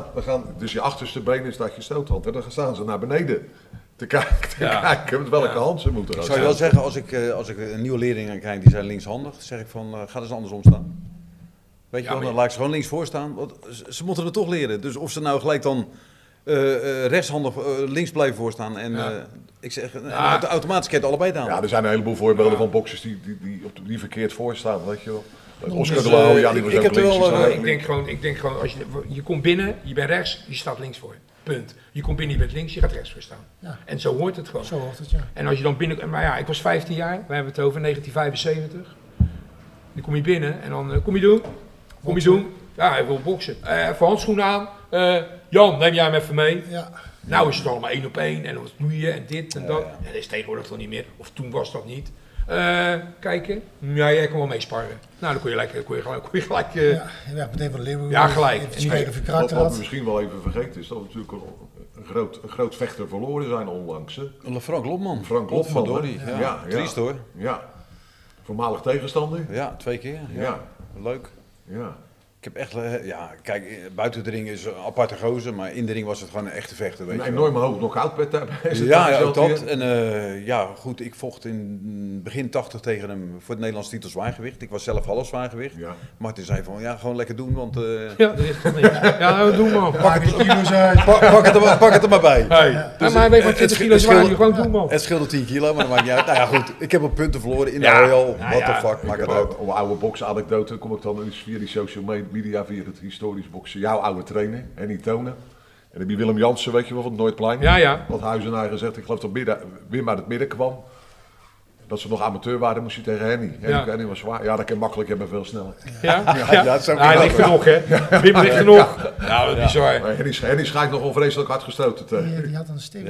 dus je achterste been is dat je stoothand. En dan staan ze naar beneden te kijken met welke hand ze moeten gaan. Ik zou je wel zeggen, als ik een nieuwe leerling krijg die zijn linkshandig, zeg ik van, ga eens andersom staan. Weet je wel, dan laat ik ze gewoon links voor staan. Want ze moeten het toch leren. Dus of ze nou gelijk dan rechtshandig links blijven voorstaan. En ik zeg, automatisch kan je het allebei dan. Ja, er zijn een heleboel voorbeelden van boxers die verkeerd voorstaan, weet je wel. Oscar de La Hoya, die was ook links. Ik denk gewoon, als je komt binnen, je bent rechts, je staat links voor. Punt. Je komt binnen, je bent links, je gaat rechts voor staan. Ja. En zo hoort het gewoon. Zo hoort het, ja. En als je dan binnen... Maar ja, ik was 15 jaar, we hebben het over 1975. Dan kom je binnen en dan, kom je doen. Ja, hij wil boksen. Even handschoenen aan. Jan, neem jij hem even mee. Ja. Nou is het allemaal 1 op 1 en wat doe je en dit en dat. Ja. En dat is tegenwoordig toch niet meer. Of toen was dat niet. Kijken. Ja, jij kan wel meesparren. Nou, dan kon je gelijk... Ja, meteen van de Leeuwen. Ja, gelijk. Wat we misschien wel even vergeten is dat we natuurlijk een groot vechter verloren zijn onlangs. Frank Lopman. Frank Lopman. Ja, triest hoor. Ja. Voormalig tegenstander. Ja, 2 keer. Ja. Leuk. Ja. Ik heb echt, kijk, buiten de ring is een aparte gozer, maar in de ring was het gewoon een echte vechter. Weet een enorme hoog knock-out pet. Ja, ook dat. En goed, ik vocht in begin 80 tegen hem voor het Nederlands titel zwaargewicht. Ik was zelf half zwaargewicht. Ja. Martin zei van, gewoon lekker doen, want... Ja, dat is toch niks. Ja, nou, doe maar. Pak het er maar bij. Hey. Dus maar hij weet maar 20 kilo zwaar, gewoon doen man. Het scheelde 10 kilo, maar dat maakt niet uit. Nou ja, goed, ik heb op punten verloren in de Royal. What the fuck, maak het uit. Op oude boksanekdote kom ik dan eens via die social media, via het historisch boksen, jouw oude trainer, Henny Tonen. En dan heb je Willem Jansen, weet je wel, van het Noordplein. Ja. Wat Huizenaar gezegd, ik geloof dat Wim uit het midden kwam. Dat ze nog amateur waren, moest je tegen Henny. Henny was zwaar. Ja, dat kan makkelijk, jij bent veel sneller. Hij ligt er nog, hè? Wim ligt er nog. Ja, dat is bizar. Henny schijnt nog onvreselijk hard gestoten tegen. Die had een stevig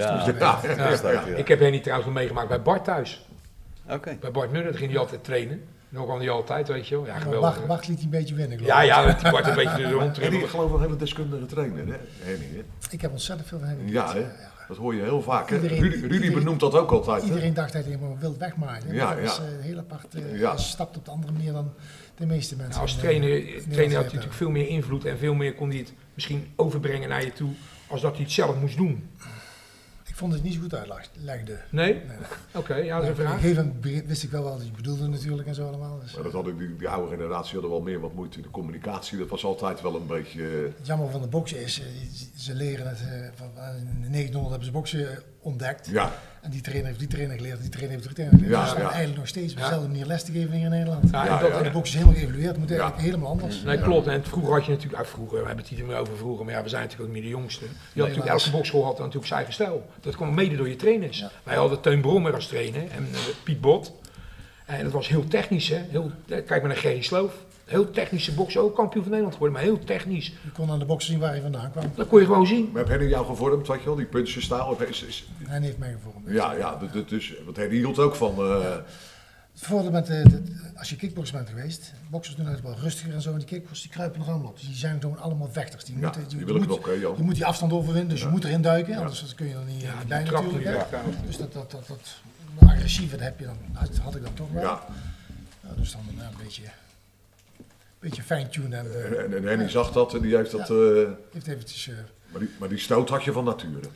Ik heb Henny trouwens nog meegemaakt bij Bart thuis. Oké. Bij Bart Muller ging hij altijd trainen. Nog kwam hij altijd, weet je wel. Ja, geweldig. Bart liet hij een beetje winnen, geloof ik. Ja, die Bart een beetje de rond. Henny, ik geloof wel een hele deskundige trainer, hè? Henny, hè? Ik heb ontzettend veel van Henny. Ja, hè? Dat hoor je heel vaak. Rudy benoemt dat ook altijd. Iedereen dacht dat hij helemaal wild wegmaken. Dat is een heel apart stap op de andere manier dan de meeste mensen. Nou, als trainer had hij natuurlijk veel meer invloed en veel meer kon hij het misschien overbrengen naar je toe als dat hij het zelf moest doen. Ik vond het niet zo goed uitlegde. Nee? Oké, ja, dat is een vraag. Op een gegeven moment wist ik wel wat hij bedoelde natuurlijk en zo allemaal. Dus. Maar dat hadden die oude generatie hadden wel meer wat moeite in de communicatie. Dat was altijd wel een beetje... Het jammer van de boksen is, ze leren het, in de 1900 hebben ze boksen ontdekt. Ja. En die trainer heeft geleerd, die trainer heeft geleerd. Dus we staan eigenlijk nog steeds op dezelfde manier les te geven hier in Nederland. En de boksen is helemaal geëvolueerd, het moet eigenlijk helemaal anders. Nee, klopt. En vroeger had je natuurlijk, vroeger, we hebben het niet meer over vroeger, maar we zijn natuurlijk ook niet de jongste. Elke bokschool had natuurlijk zijn eigen stijl. Dat kwam mede door je trainers. Ja. Wij hadden Teun Brommer als trainer en Piet Bot. En dat was heel technisch, hè. Kijk maar naar Gerry Sloof. Heel technische boksen, ook kampioen van Nederland geworden, maar heel technisch. Je kon aan de boksen zien waar hij vandaan kwam. Dat kon je gewoon zien. Maar heb Henny jou gevormd, weet je wel, die punchstijl? Hij heeft mij gevormd. Ja, dus, want Henny hield ook van... Het voordeel met, als je kickboxer bent geweest, boxers doen het wel rustiger en zo, en die kickboxers die kruipen er allemaal op. Dus die zijn gewoon allemaal vechters. Je moet die afstand overwinnen, dus je moet erin duiken, anders kun je er niet bij natuurlijk. Dus dat agressieve heb je dan, had ik dan toch wel. Ja. Dus dan een beetje fine-tunen. En Henny zag dat en die heeft dat... heeft eventjes... Maar die stoot had je van nature.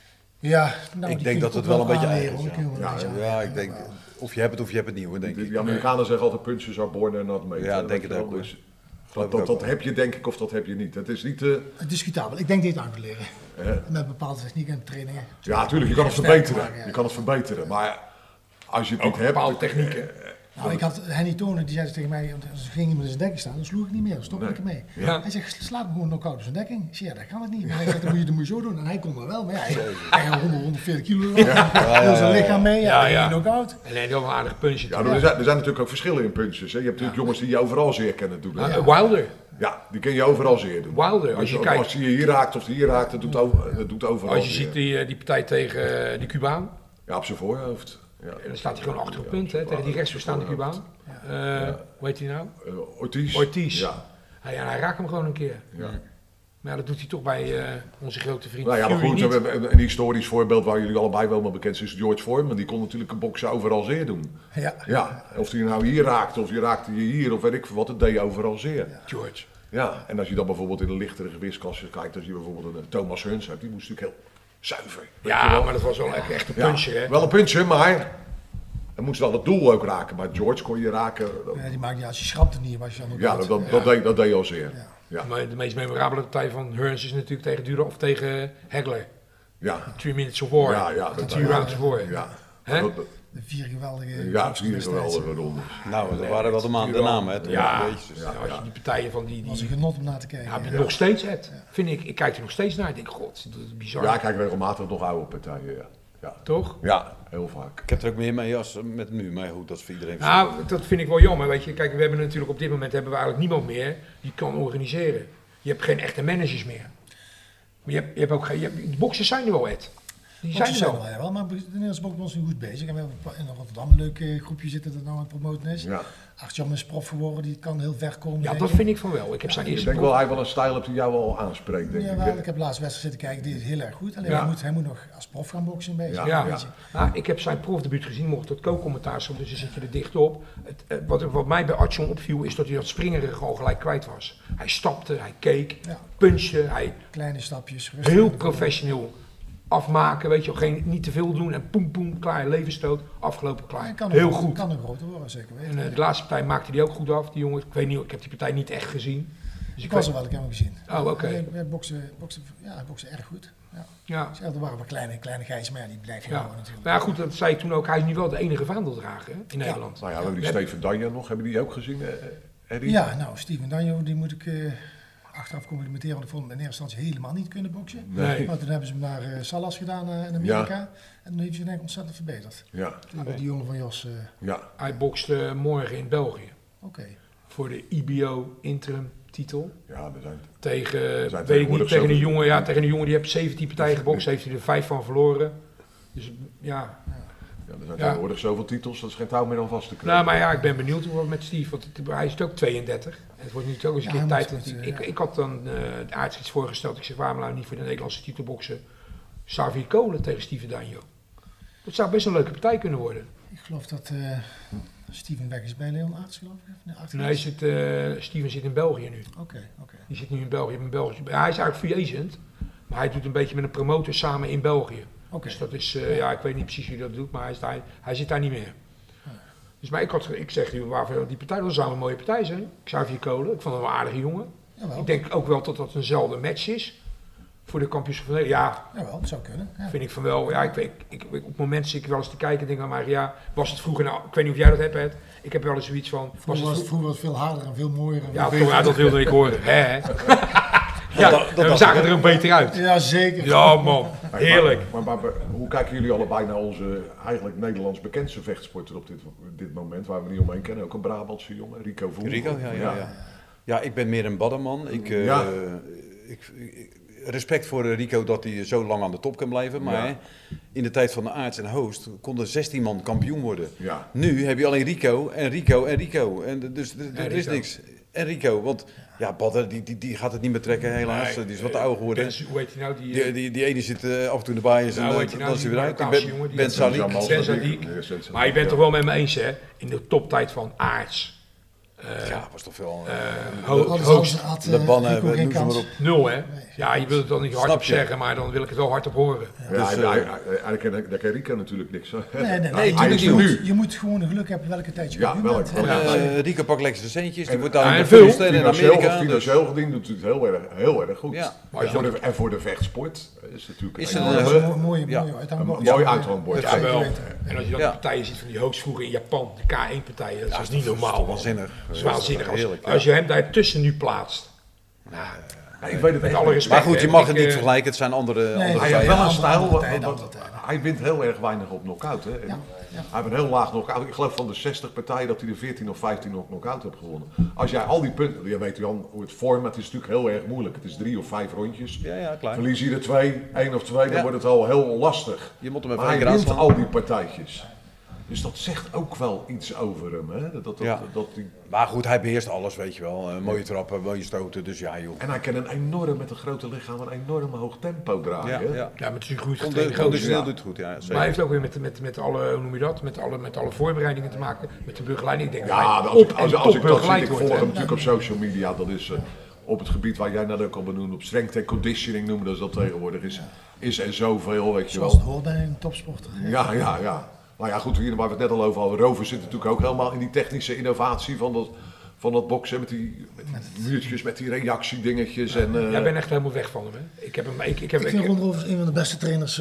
Ja, ik denk dat het wel een beetje eigen is. Ja, ik denk... Of je hebt het niet hoor, denk ik. De Amerikanen zeggen altijd punches are born and not made. Ja, denk het ook. Dus dat heb je denk ik of dat heb je niet. Het is niet... discutabel. Ik denk dat je het aan kunt leren. Met bepaalde technieken en trainingen. Ja, natuurlijk. Je kan het verbeteren. Je kan het verbeteren. Maar als je het niet hebt... bepaalde technieken. Nou, ik had Henny Tonen, die zei tegen mij, als ging iemand in zijn dekking staan, dan sloeg ik niet meer, dan stopte ik ermee. Ja. Hij zegt, slaat me gewoon knock-out op zijn dekking. Ik zei, ja, dat kan het niet. Maar hij zegt, dat moet je zo doen. En hij kon dat wel, maar hij had 140 kilo heel zijn lichaam mee, knock-out. En hij had wel een aardig punchje. Ja, er zijn natuurlijk ook verschillen in punches. Hè. Je hebt natuurlijk jongens die je overal zeer kennen doen. Wilder. Ja, die kun je overal zeer doen. Wilder, als je kijkt. Als je hier raakt of hier raakt, dat doet overal. Als je ziet die partij tegen die Cubaan. Ja, op zijn voorhoofd. Ja. En dan staat hij gewoon achter op punt, hè, tegen die rechtsverstaande Cubaan. Hoe heet hij nou? Ortiz. Ja. Hij raakt hem gewoon een keer. Ja. Maar dat doet hij toch bij onze grote vriend. Nou ja, maar goed, een historisch voorbeeld waar jullie allebei wel mee bekend zijn is George Foreman. Die kon natuurlijk een boksen overal zeer doen. Ja. Of hij nou hier raakte, of je raakte je hier, of weet ik wat, het deed je overal zeer. Ja. George. Ja, en als je dan bijvoorbeeld in de lichtere gewichtsklasse kijkt, als je bijvoorbeeld een Thomas Huns hebt, die moest natuurlijk heel zuiver. Ja, maar dat was wel echt een puncher, hè? Wel een puncher, maar dan moest wel het doel ook raken. Maar George kon je raken. Ja, die maakt als je schrapte niet, was je dan ook dat deed je al zeer. Ja. Maar de meest memorabele partij van Hearns is natuurlijk tegen Dura of tegen Hagler. Ja. 3 minutes of war. De 2 rounds of war. Ja. De 4 geweldige... Ja, 4 geweldige rondes. Nou, dat waren wel de namen, hè? Ja, als je die partijen van die... was een genot om naar te kijken. Ja, nog steeds, Ed. Vind ik. Ik kijk er nog steeds naar. Ik denk, god, dat is bizar. Ja, ik kijk regelmatig nog oude partijen, ja. Toch? Ja, heel vaak. Ik heb er ook meer mee als met nu, maar goed, dat is voor iedereen. Nou, dat vind ik wel jammer, weet je. Kijk, we hebben natuurlijk op dit moment hebben we eigenlijk niemand meer die kan organiseren. Je hebt geen echte managers meer. Maar je hebt ook geen... De boxers zijn er wel, Ed. Die zijn er wel, maar de Nederlandse boksbond is goed bezig. En we hebben in Rotterdam een leuk groepje zitten dat nou aan het promoten is. Ja. Artjan is prof geworden, die kan heel ver komen. Ja, dat vind ik van wel. Ik heb zijn eerste denk wel, hij wel een stijl hebt die jou wel aanspreekt, denk ik. Ja, ik heb laatst wedstrijd zitten kijken, die is heel erg goed. Alleen hij moet nog als prof gaan boksen bezig. Nou, ik heb zijn profdebuut gezien, mocht het co-commentaar stond, dus dan zit je er dicht op. Wat mij bij Artjan opviel, is dat hij dat springerige al gelijk kwijt was. Hij stapte, hij keek, punchte, kleine stapjes. Heel professioneel. Afmaken, weet je, niet te veel doen en poem, klaar, levensstoot, afgelopen, klaar. Heel goed. Kan ook groter worden, zeker weten. En de laatste partij maakte die ook goed af, die jongen. Ik weet niet, ik heb die partij niet echt gezien. Dus ik was er wel, ik heb hem gezien. Oh, oké. Boksen erg goed. Ja. Er waren wel kleine gijs, maar die blijf je houden natuurlijk. Maar ja, goed, dat zei ik toen ook, hij is nu wel de enige vaandeldrager in Nederland. Nou ja, we hebben die Steven Danja nog, hebben die ook gezien, Eddie? Ja, nou, Steven Danjo, die moet ik... achteraf complimenteren, want ik vond hem in eerste instantie helemaal niet kunnen boksen. Nee. Maar toen hebben ze hem naar Salas gedaan in Amerika. Ja. En toen heeft hij denk ik ontzettend verbeterd. Ja. Die jongen van Jos. Hij bokste morgen in België. Oké. Voor de IBO interim titel. Ja, tegen een jongen. Ja, tegen een jongen die heeft 17 partijen gebokst. Heeft hij er 5 van verloren. Dus ja. Ja, er zijn tegenwoordig zoveel titels, dat is geen touw meer aan vast te krijgen. Nou, maar ja, ik ben benieuwd hoe het met Steve, want hij is ook 32. En het wordt nu ook eens een keer tijd. Ik had dan de Aerts iets voorgesteld. Ik zeg, waarom nou niet voor de Nederlandse titel boksen? Xavier Kolen tegen Steven Danjo. Dat zou best een leuke partij kunnen worden. Ik geloof dat Steven weg is bij Leon Aerts, geloof ik. Nee, Steven zit in België nu. Oké. Die zit nu in België. Hij is eigenlijk free agent, maar hij doet een beetje met een promotor samen in België. Dus dat is, ik weet niet precies wie dat doet, maar hij zit daar niet meer. Dus maar ik zeg, die partij, dat zou een mooie partij zijn. Xavier Kolen, ik vond hem een aardige jongen. Jawel. Ik denk ook wel dat dat eenzelfde match is voor de kampioenschap van Nederland. Ja, jawel, dat zou kunnen. Ja. Vind ik van wel. Ja, op het moment zit ik wel eens te kijken en denk aan maar ja, was het vroeger nou, ik weet niet of jij dat hebt, Ed. Ik heb wel eens zoiets van. Vroeger was het veel harder en veel mooier. Dat wilde ik horen. Hè? We zagen er ook beter uit. Ja, zeker. Ja, man. Heerlijk. Maar hoe kijken jullie allebei naar onze eigenlijk Nederlands bekendste vechtsporter op dit moment, waar we niet omheen kennen? Ook een Brabantse jongen, Rico Voel. Rico, ja, ik ben meer een badderman. Respect voor Rico dat hij zo lang aan de top kan blijven. Maar in de tijd van de Aerts en Hoost konden 16 man kampioen worden. Ja. Nu heb je alleen Rico en Rico en Rico. En dus er is niks. En Rico, want Badder die gaat het niet meer trekken helaas. Nee, die is wat ouder geworden. Hoe heet hij nou? Die ene zit af en toe erbij en dan is hij weer uit. Ben Sadiq. Maar je bent toch wel met me eens, hè? In de toptijd van Aerts. Was toch veel... Hoogst. De bannen, noem ze maar op. 0, hè? Ja, je wilt het dan niet hardop zeggen, maar dan wil ik het wel hardop horen. Ja, daar kan Rico natuurlijk niks. Nee, je moet gewoon geluk hebben welke tijd je bent. Rico pakt lekker zijn centjes, die wordt daar en in financieel gezien doet hij het heel erg goed. Ja. En voor de vechtsport is het natuurlijk een mooi uithangbord. Ja, wel. En als je dan de partijen ziet van die hoogst vroeger in Japan, de K1-partijen, dat is niet normaal. Waanzinnig. Dat is waanzinnig. Als je hem daar tussen nu plaatst. Ik weet het met alle respect. Maar goed, je mag het niet vergelijken, het zijn andere hij heeft wel een stijl, hij wint heel erg weinig op knock-out. Hè. Hij heeft een heel laag knock-out. Ik geloof van de 60 partijen dat hij er 14 of 15 op knock-out heeft gewonnen. Als jij al die punten, je weet Jan hoe het format is natuurlijk heel erg moeilijk. Het is 3 of 5 rondjes. Klaar. Verlies je er 1 of 2, dan wordt het al heel lastig. Je moet hem even maar hij wint al die partijtjes. Dus dat zegt ook wel iets over hem. Hè? Maar goed, hij beheerst alles, weet je wel. Mooie trappen, mooie stoten, dus ja joh. En hij kan met een grote lichaam een enorm hoog tempo draaien. Ja, met zijn goed getraind. Conditioneel doet het goed, ja. Maar hij heeft ook weer met alle, hoe noem je dat, met alle voorbereidingen te maken, met de begeleiding. Ik denk als ik dat zie, ik volg hem natuurlijk op social media, dat is op het gebied waar jij net ook al benoemd, op strength and conditioning noemen ze dat tegenwoordig, is er zoveel, weet je wel. Zoals het hoort bij een topsporter. Ja. Maar ja, goed, hier waar we het net al over hadden, Rover zit natuurlijk ook helemaal in die technische innovatie van dat boksen met die muurtjes, met die reactiedingetjes. Jij bent echt helemaal weg van hem, hè? Ik vind Ron Rovers een van de beste trainers.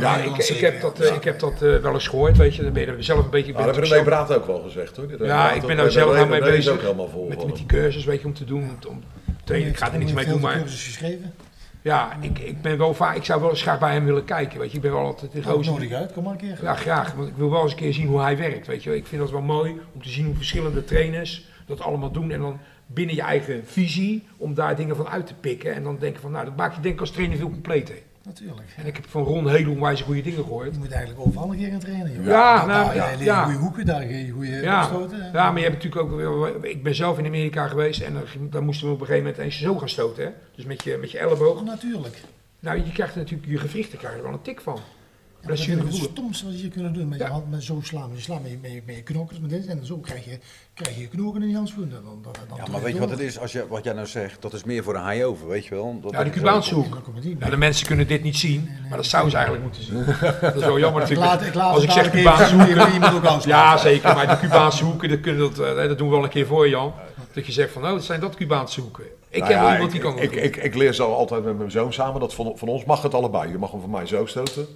Ik heb dat wel eens gehoord, weet je. Dan ben je zelf een beetje... Dat hebben René Braat ook wel gezegd, hoor. Ja, ik ben daar zelf aan mee bezig. Met die cursus, weet je, om te doen. Ik ga er niks mee doen, maar... cursus geschreven. Ja, ik ben wel vaak, ik zou wel eens graag bij hem willen kijken, weet je. Ik ben wel altijd de gozer. Nodig uit, kom maar een keer. Ja, graag, want ik wil wel eens een keer zien hoe hij werkt, weet je. Ik vind dat wel mooi om te zien hoe verschillende trainers dat allemaal doen en dan binnen je eigen visie om daar dingen van uit te pikken en dan denken van, nou, dat maakt je denk ik als trainer veel completer. Natuurlijk. En ik heb van Ron hele onwijs goede dingen gehoord. Je moet eigenlijk overal een keer gaan trainen. Joh. Ja, goede hoeken, daar goede stoten. Ja, maar je hebt natuurlijk ook, ik ben zelf in Amerika geweest en dan moesten we op een gegeven moment eens zo gaan stoten, hè. Dus met je elleboog. Oh, natuurlijk. Nou, je krijgt natuurlijk, je gewrichten krijg je er wel een tik van. Ja, dat is het stomste wat je kunt doen met je hand, met zo slaan. Je slaat met je knokkels met dit en zo krijg je knoken in je handschoen. Maar weet je wat het is, wat jij nou zegt, dat is meer voor een high-over, weet je wel. De Cubaanse hoek. De mensen kunnen dit niet zien, maar dat zouden ze eigenlijk moeten zien. Dat is wel jammer natuurlijk. Als ik zeg Cubaanse hoeken, ja zeker, maar de Cubaanse hoeken, dat doen we wel een keer voor Jan. Dat je zegt van, dat zijn dat Cubaanse hoeken. Ik ken wel iemand die kan ik leer zo altijd met mijn zoon samen, dat van ons mag het allebei. Je mag hem van mij zo stoten.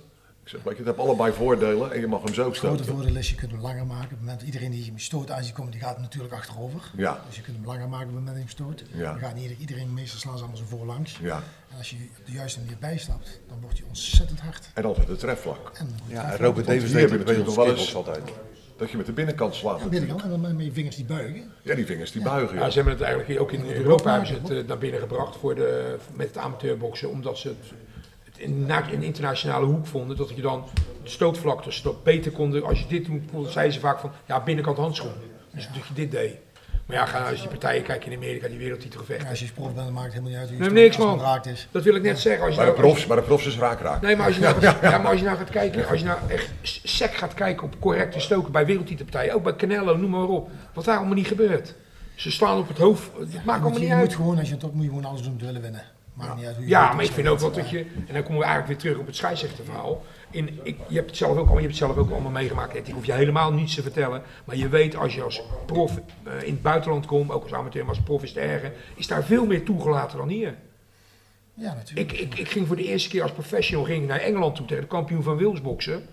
Ik zeg, weet je, het heeft allebei voordelen en je mag hem zo Het grote stoten. voordeel is, je kunt hem langer maken. Op het moment dat iedereen die hem stoot aan ziet komen, die gaat natuurlijk achterover. Ja. Dus je kunt hem langer maken op het moment dat je hem stoot. Ja. Dan gaat niet iedereen, meestal slaan ze allemaal zo voorlangs. Ja. En als je de juiste manier bijstapt, dan wordt hij ontzettend hard. En altijd het trefvlak. Ja, Robert Davis Hier heb deed je het bij natuurlijk ons nog wel kickbox eens altijd. dat je met de binnenkant slaat. Ja, binnenkant en dan met je vingers die buigen. Ja, die vingers die buigen. Ja, Ja. ze hebben het eigenlijk ook in Europa hebben ze het naar binnen gebracht met het amateurboksen, omdat ze het in de internationale hoek vonden dat je dan de stootvlaktes beter konden. Als je dit doet, zeiden ze vaak van ja, binnenkant handschoen. Dus dat je dit deed. Maar ja, ga nou eens die partijen kijken in Amerika, die wereldtitelgevechten. Ja, als je prof bent, dan maakt het helemaal niet uit hoe Nee, je niks als het man. raakt is. Dat wil ik net zeggen. Als je Maar de profs is raak. Nee, maar als je nou, maar als je nou gaat kijken, als je nou echt sec gaat kijken op correcte stoken bij wereldtitelpartijen, ook bij Canelo, noem maar op, wat daar allemaal niet gebeurt. Ze slaan op het hoofd, het maakt allemaal niet Je uit. moet gewoon, als je het op moet je gewoon alles doen om te willen winnen. Maakt niet uit hoe je Ja, doet, maar ik vind ook wel dat je, en dan komen we eigenlijk weer terug op het scheidsrechterverhaal. Je hebt het zelf ook allemaal meegemaakt. Ik hoef je helemaal niets te vertellen. Maar je weet als je als prof in het buitenland komt, ook als amateur, maar als prof is het erger, is daar veel meer toegelaten dan hier. Ja, natuurlijk. Ik ging voor de eerste keer als professional naar Engeland toe tegen de kampioen van Wilsboksen.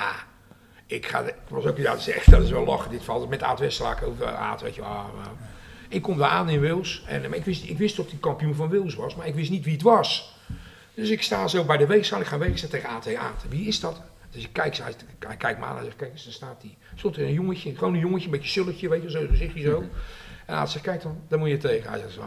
Ik was ook, ja, dat is wel lachen, dit valt met Aad Westlaak over Aad, weet je. Ik kom daar aan in Wils en maar ik wist dat hij kampioen van Wils was, maar ik wist niet wie het was. Dus ik sta zo bij de weegschaal, ik ga weegzetten tegen Aad. Wie is dat? Dus ik kijk, hij kijkt me aan en zegt, kijk eens, daar staat hij. Stond er een jongetje, gewoon een jongetje, een beetje sulletje, weet je, zo gezichtje zo. En Aad zegt, kijk dan, daar moet je tegen. Hij zegt,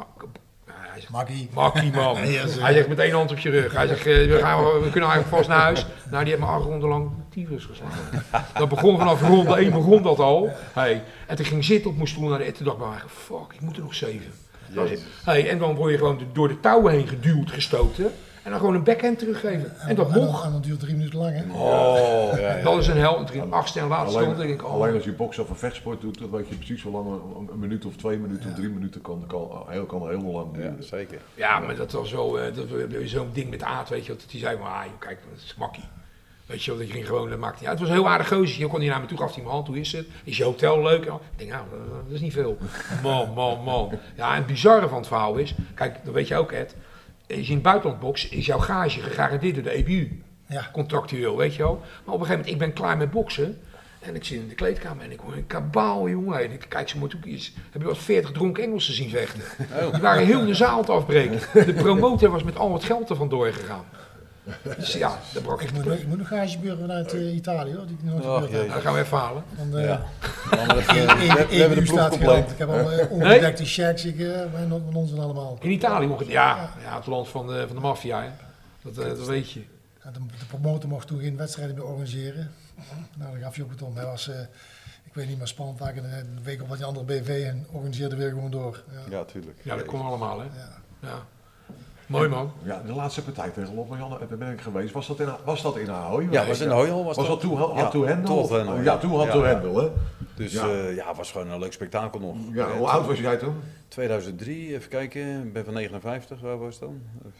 Makkie man. Hij zegt met één hand op je rug. Hij zegt, we kunnen eigenlijk vast naar huis. Nou, die heeft me 8 ronden lang tyfus geslagen. Dat begon vanaf ronde 1 begon dat al. Hey. En toen ging zitten op mijn stoel naar de toen dacht ik bij mij, fuck, ik moet er nog 7. Hey, en dan word je gewoon door de touwen heen geduwd, gestoten. En dan gewoon een backhand teruggeven. En dat mocht. En dan duurt 3 minuten lang, hè? Oh, ja. Dat is een hel. 8e en laatste stond, denk ik. Alleen als je boksen of een vechtsport doet, dan weet je precies hoe lang een minuut of 2 minuten of 3 minuten kan heel lang duren. Ja, zeker. Ja, maar dat was wel zo'n ding met Aad, weet je, dat hij zei, maar kijk, dat is makkie. Weet je wel, dat je ging gewoon, dat maakt niet uit. Het was een heel aardig gozer. Je kon hier naar me toe, gaf hij mijn hand, hoe is het? Is je hotel leuk? Ik denk, nou, dat is niet veel. Man. Ja, en het bizarre van het verhaal is, kijk, dat weet je ook, Ed. Als je in het buitenland bokst, is jouw gage gegarandeerd door de EBU. Ja. Contractueel, weet je wel. Maar op een gegeven moment, ik ben klaar met boksen. En ik zit in de kleedkamer en ik hoor een kabaal, jongen. En ik kijk zo maar toe, heb je wel 40 dronken Engelsen zien vechten. Die waren heel de zaal te afbreken. De promotor was met al het geld er vandoor gegaan. Dus ja, dat brak ik. Ik moet nog gageburen vanuit Italië, hoor. Die ik nooit gebeurd heb. Dat gaan we even halen. We hebben de ploeg compleet. Ik heb al ongedekte checks, van ons en allemaal. In Italië mocht het, ja, het land van de maffia, hè. Dat weet je. De promotor mocht toen geen wedstrijden meer organiseren. Nou, dan gaf je ook het om. Hij was, ik weet niet meer, spannend eigenlijk een week op wat die andere BV en organiseerde weer gewoon door. Ja, tuurlijk. Ja, dat kon allemaal, hè. Ja. Mooi man. Ja, de laatste partij tegen Lotman, daar ben ik geweest. Was dat in Ahoy? Ja, was in Ahoy. Was dat toen Handel? Ja, toen had Handel, hè. Dus het was gewoon een leuk spektakel nog. Ja, hoe oud was jij toen? 2003, even kijken. Ik ben van 59, waar was het dan?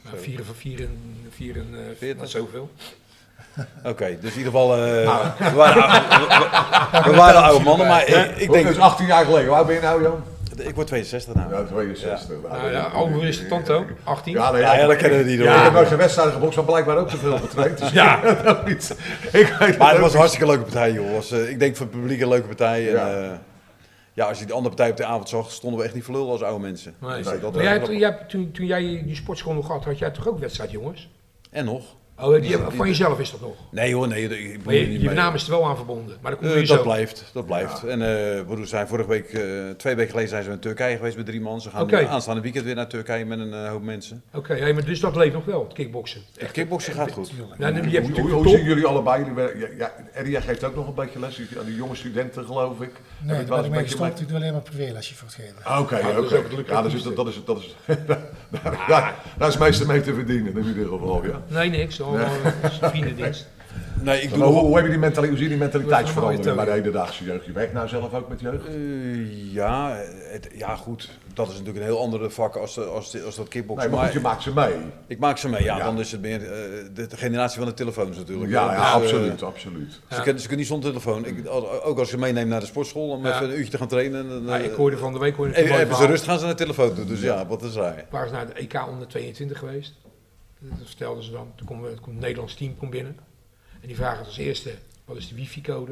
44, zoveel. Oké, dus in ieder geval, we waren oude mannen, maar ik denk... Dat is 18 jaar geleden. Hoe oud ben je nou, Jan? Ik word 62 nou. Ja, 62. Hoe is de tante ook? 18? Ja, dat kennen we niet. Ja, ik heb nooit geen wedstrijden gebokst, maar blijkbaar ook zoveel getraind. Dus ja. Maar het was een hartstikke leuke partij, joh. Ik denk voor het publiek een leuke partij. En, als je die andere partij op de avond zag, stonden we echt niet voor lul als oude mensen. Nee. Dus toen jij die sportschool nog had jij toch ook wedstrijd, jongens? En nog. Oh, van jezelf is dat nog? Nee hoor, nee. Je naam is er wel aan verbonden, maar dat blijft. Ja. En we zijn vorige week, 2 weken geleden zijn ze in Turkije geweest met 3 man. Ze gaan aanstaande weekend weer naar Turkije met een hoop mensen. Oké, maar dus dat leeft nog wel, het kickboksen? Het kickboksen gaat goed. Hoe zien jullie allebei? Eddie, jij geeft ook nog een beetje les aan die jonge studenten, geloof ik. Nee, daar ben ik mee gestopt. Ik doe alleen maar privélesje voor het geven. Oké. Ja, daar is het meeste mee te verdienen in ieder geval, ja. Nee, niks. Vriendendienst. Nee, hoe zie je die mentaliteitsverandering bij de hedendaagse jeugd? Je werkt nou zelf ook met jeugd? Goed. Dat is natuurlijk een heel andere vak als dat kickboksen. Nee, maar je maakt ze mee. Ik maak ze mee, ja. Dan is het meer de generatie van de telefoons natuurlijk. Absoluut. Ze kunnen niet zonder telefoon. Ook als je meeneemt naar de sportschool om even een uurtje te gaan trainen. Ik hoorde van de week... Even ze rust gaan ze naar de telefoon doen, dus wat is hij? Waren ze naar de EK onder 22 geweest. Dat vertelden ze dan. Toen komt het Nederlands team binnen. En die vragen als eerste, wat is de wifi-code?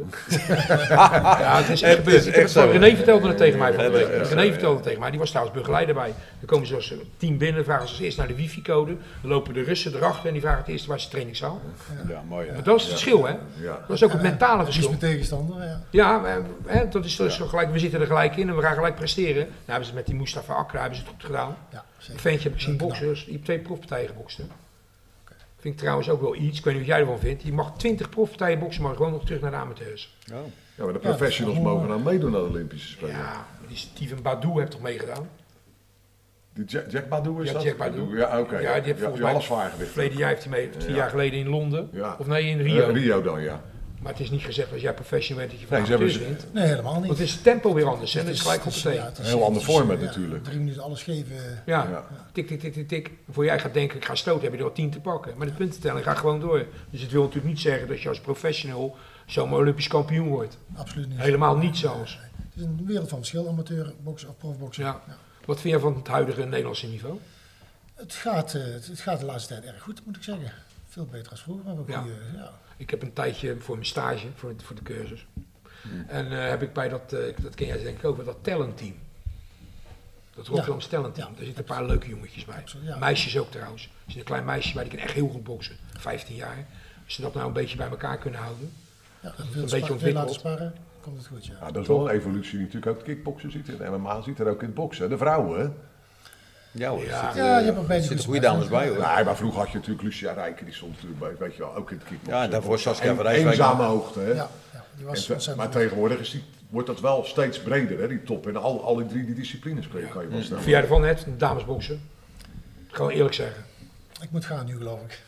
Ja, het is echt gebeurd. René vertelde het tegen mij van de week. René vertelde het tegen mij, die was trouwens begeleider bij. Dan komen ze als team binnen, vragen ze als eerst naar de wifi-code. Dan lopen de Russen erachter en die vragen het eerst waar is de trainingszaal. Ja, mooi. Maar dat is het verschil, hè? Dat is ook het mentale verschil. Is mijn tegenstander, ja. Ja, dat is dus gelijk, we zitten er gelijk in en we gaan gelijk presteren. Nou hebben ze met die Mustafa Akra hebben ze het goed gedaan. Ja, zeker. Een ventje heb ik zien boksen, dus die heeft 2 profpartijen gebokst. Hè. Vind ik trouwens ook wel iets, ik weet niet wat jij ervan vindt. Je mag 20 profpartijen boksen, maar gewoon nog terug naar de amateurs. Ja, maar de professionals mogen dan meedoen aan de Olympische Spelen. Ja, die Steven Badou heeft toch meegedaan? Die Jack Badou is dat? Jack Badou. Ja, oké. Ja, die heeft volgens mij alles zwaargewicht. Verleden jaar heeft hij mee, 2 jaar geleden in Londen. Ja. Of nee, in Rio. Rio dan, ja. Maar het is niet gezegd als jij professional bent dat je Nee, van amateurs wint. Nee, helemaal niet. Want het is het tempo weer anders, hè? Dat is gelijk op meteen. Een heel ander format natuurlijk. 3 minuten alles geven. Ja, tik, tik, tik, tik, tik. Voor jij gaat denken, ik ga stoten, heb je er wel 10 te pakken. Maar de puntentelling gaat gewoon door. Dus het wil natuurlijk niet zeggen dat je als professional zomaar Olympisch kampioen wordt. Absoluut niet. Helemaal niet zelfs. Het is een wereld van verschil, amateurboksen of profboksen. Ja. Wat vind jij van het huidige Nederlandse niveau? Het gaat de laatste tijd erg goed, moet ik zeggen. Veel beter als vroeger. Maar Ja. Ik heb een tijdje voor mijn stage, voor de cursus. En heb ik bij dat ken jij denk ik ook, dat talentteam. Dat Rotterdamse talentteam. Daar zitten een paar leuke jongetjes bij. Ja. Meisjes ook trouwens. Er zit een klein meisje bij, die kan echt heel goed boksen. 15 jaar. Als ze dat nou een beetje bij elkaar kunnen houden. Ja, een beetje ontwikkeld. laten sparen, komt het goed, ja. Ja, dat is wel een evolutie die natuurlijk ook het kickboksen ziet. En de MMA ziet er ook in het boksen. De vrouwen, hè? Ja hoor, je hebt er zitten goede dames bij hoor. Nee, maar vroeger had je natuurlijk Lucia Rijken, die stond natuurlijk bij, weet je wel, ook in het kickboksen. Ja, daarvoor Saskia van Rijswijk. Eenzame hoogte, hè? Ja, die was maar tegenwoordig wordt dat wel steeds breder, hè, die top. En al die 3 disciplines kan je wel stellen. Vind jij ervan, net damesboksen? Gewoon eerlijk zeggen. Ik moet gaan nu, geloof ik.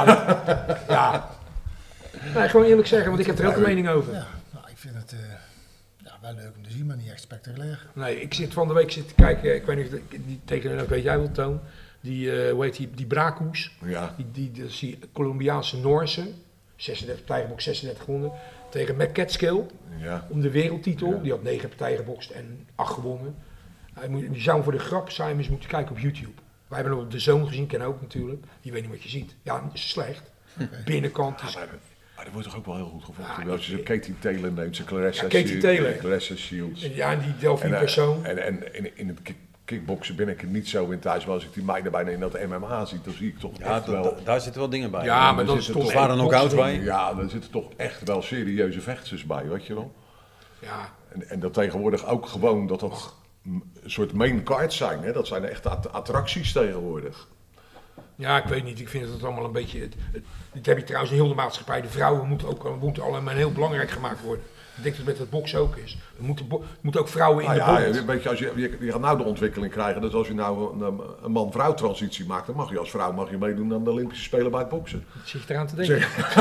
Ja. Nee, gewoon eerlijk zeggen, want ik heb er ook een mening over. Ja, nou, ik vind het wel leuk om te zien, maar niet echt spectaculair. Nee, ik zit van de week te kijken, ik weet niet of die tegen, dat weet jij wel, Toon. Die, hoe heet die Brakoes. Ja. Dat is die Colombiaanse Noorse, 36 partijen gebokst, 36 gewonnen. Tegen Matt Catskill, om de wereldtitel. Ja. Die had 9 partijen gebokst en 8 gewonnen. Die zou voor de grap samen eens moeten kijken op YouTube. Wij hebben hem op de Zone gezien, ken ook natuurlijk. Die weet niet wat je ziet. Ja, is slecht. Okay. Binnenkant is... Maar dat wordt toch ook wel heel goed gevochten. Ja, als je Katie Taylor neemt, ze Claressa Shields. Ja, en die Delphine Persoon. En in het kickboksen ben ik er niet zo in thuis. Maar als ik die meiden bijna in dat MMA zie, dan zie ik toch echt wel... Daar zitten wel dingen bij. Ja, maar dat is toch... Er waren knockouts bij. Ja, er zitten toch echt wel serieuze vechters bij, weet je wel. Ja. En dat tegenwoordig ook gewoon dat een soort main cards zijn. Hè? Dat zijn echt attracties tegenwoordig. Ja, ik weet niet. Ik vind dat het allemaal een beetje... Dit heb je trouwens in heel de maatschappij. De vrouwen moeten allemaal heel belangrijk gemaakt worden. Ik denk dat het met het boksen ook is. Er moeten ook vrouwen in de bond. Weet je, als je gaat nou de ontwikkeling krijgen. Dus als je nou een man-vrouw transitie maakt, dan mag je als vrouw meedoen aan de Olympische Spelen bij het boksen. Zit je eraan te denken?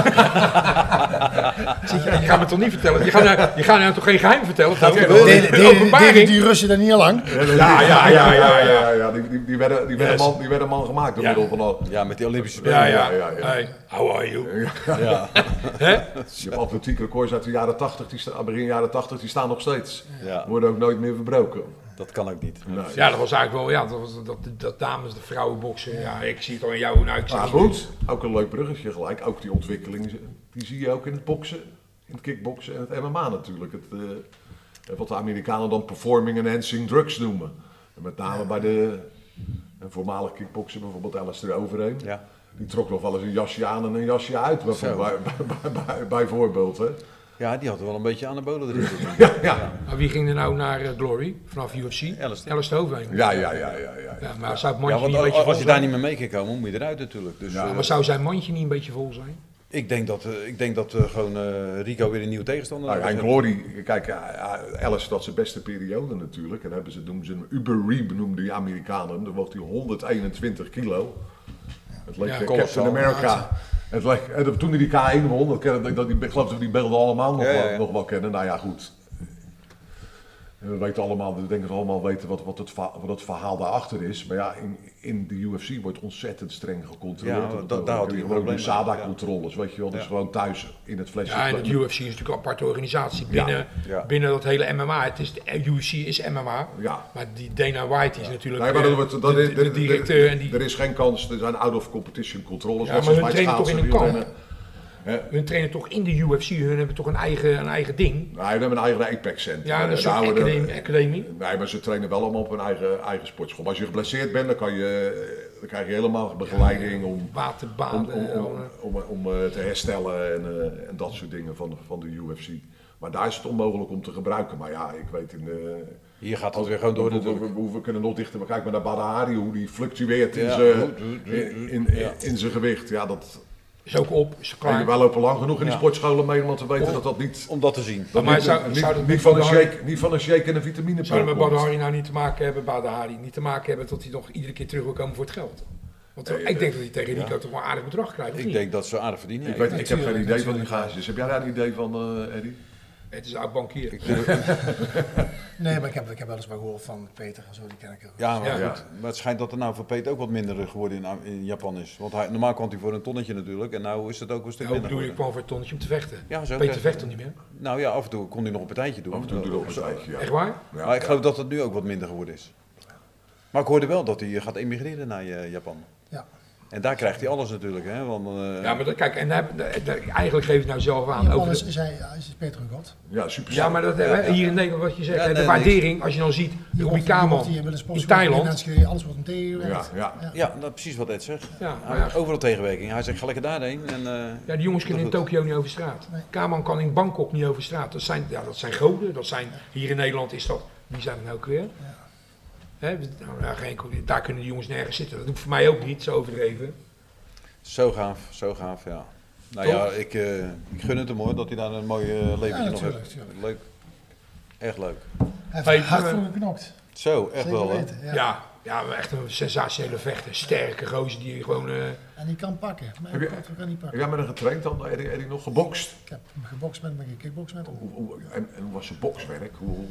Je gaat me toch niet vertellen? Je gaat nou toch geen geheim vertellen? Deden die Russen dan niet al lang? Ja. Die werden man gemaakt door middel van al. Ja, met die Olympische Spelen. Hey, how are you? Ja. Je hebt atletiek records uit de jaren 80, begin jaren 80, die staan nog steeds. Worden ook nooit meer verbroken. Dat kan ook niet. Nee. Ja, dat was eigenlijk wel, dat dames, de vrouwenboksen. Ja, ik zie het al in jou. Maar goed, ook een leuk bruggetje gelijk. Ook die ontwikkeling, die zie je ook in het boksen, in het kickboksen en het MMA natuurlijk. Wat de Amerikanen dan performing enhancing drugs noemen. En met name bij de voormalig kickbokser, bijvoorbeeld Alistair Overeem. Ja. Die trok nog wel eens een jasje aan en een jasje uit, bijvoorbeeld. Hè. Ja, die had wel een beetje anabolen erin. Ja. Maar wie ging er nou naar Glory vanaf UFC? Alistair Overeem. Ja. Maar zou het mandje niet een beetje vol zijn? Als je daar niet mee mee kan komen, moet je eruit natuurlijk. Dus, maar zou zijn mandje niet een beetje vol zijn? Ik denk dat gewoon Rico weer een nieuwe tegenstander heeft. En Glory, kijk, Alice had zijn beste periode natuurlijk. En noemden ze hem Uber-Reeb, noemden die Amerikanen. Dan woog hij 121 kilo. Het leek Captain America. Toen hij die K1 won, ik geloof dat we die beelden allemaal nog wel kennen. Nou ja, goed. We weten allemaal, we denken allemaal weten wat het verhaal daarachter is. Maar ja, in de UFC wordt ontzettend streng gecontroleerd. Ja, daar had hij een probleem. USADA-controles, weet je wel. Dus gewoon thuis in het flesje. Ja, en het UFC is natuurlijk een aparte organisatie binnen dat hele MMA. UFC is MMA, maar die Dana White is natuurlijk de directeur. Er is geen kans, er zijn out-of-competition controles. Ja, maar hun trainen toch in een kamp? hun trainen toch in de UFC, hun hebben toch een eigen ding. Nee, hun hebben een eigen Apex Center. Ja, een soort academie. Nee, maar ze trainen wel allemaal op hun eigen sportschool. Maar als je geblesseerd bent, dan krijg je helemaal begeleiding om te herstellen en dat soort dingen van de UFC. Maar daar is het onmogelijk om te gebruiken. Maar ja, ik weet hier gaat het weer gewoon door we kunnen nog dichter kijken maar naar Badr Hari, hoe die fluctueert in zijn gewicht. Ja, dat is ook op, is klaar. Wij lopen lang genoeg in die sportscholen mee om te weten dat niet... Om dat te zien. Niet van een shake en een vitamine. Zou het met Badr Hari nou niet te maken hebben, niet te maken hebben dat hij nog iedere keer terug wil komen voor het geld? Want ik denk dat hij tegen Rico toch wel een aardig bedrag krijgt. Ik denk dat ze aardig verdienen. Ik heb geen idee van die gages. Heb jij daar een idee van, Eddie? Het is een oud bankier. Nee, maar ik heb wel eens wat gehoord van Peter en zo, die ken ik heel goed. Ja, maar het schijnt dat er nou voor Peter ook wat minder geworden in Japan is. Want normaal kwam hij voor een tonnetje natuurlijk en nou is het ook een stuk minder. Bedoel je, ik kwam voor een tonnetje om te vechten? Ja, zo Peter vecht toch niet meer? Nou ja, af en toe kon hij nog een partijtje doen. Af en toe doe hij nog een partijtje, ja. Echt waar? Ja, maar ik geloof dat het nu ook wat minder geworden is. Maar ik hoorde wel dat hij gaat emigreren naar Japan. Ja. En daar krijgt hij alles natuurlijk, hè? Want, ja, maar kijk, en eigenlijk geef je nou zelf aan. Japan is Peter een god. Ja, super. Ja, maar hier in Nederland, wat je zegt, de waardering, als je dan ziet, Robbie Kaman in Thailand. Alles wordt hem tegengewerkt. Ja, dat precies wat Ed zegt. Overal tegenwerking. Hij zegt, ga lekker daarheen. Die jongens kunnen in Tokio niet over straat. Nee. Kaman kan in Bangkok niet over straat. Dat zijn goden. Hier in Nederland is dat, wie zijn we nou ook weer? Daar kunnen de jongens nergens zitten. Dat hoeft voor mij ook niet, zo overdreven. Zo gaaf, ja. Nou ja, ik gun het hem hoor, dat hij daar een mooi leventje nog heeft. Tuurlijk. Leuk. Echt leuk. Hij heeft hard voor geknokt. Zo, echt zeker wel hè? weten, ja, echt een sensationele vechter. Sterke gozer die gewoon... En die kan pakken. Maar kan niet pakken. Heb jij met hem getraind dan? Heb je nog gebokst? Ik heb gebokst met hem, ik kickbokst met hem. En hoe was zijn bokswerk?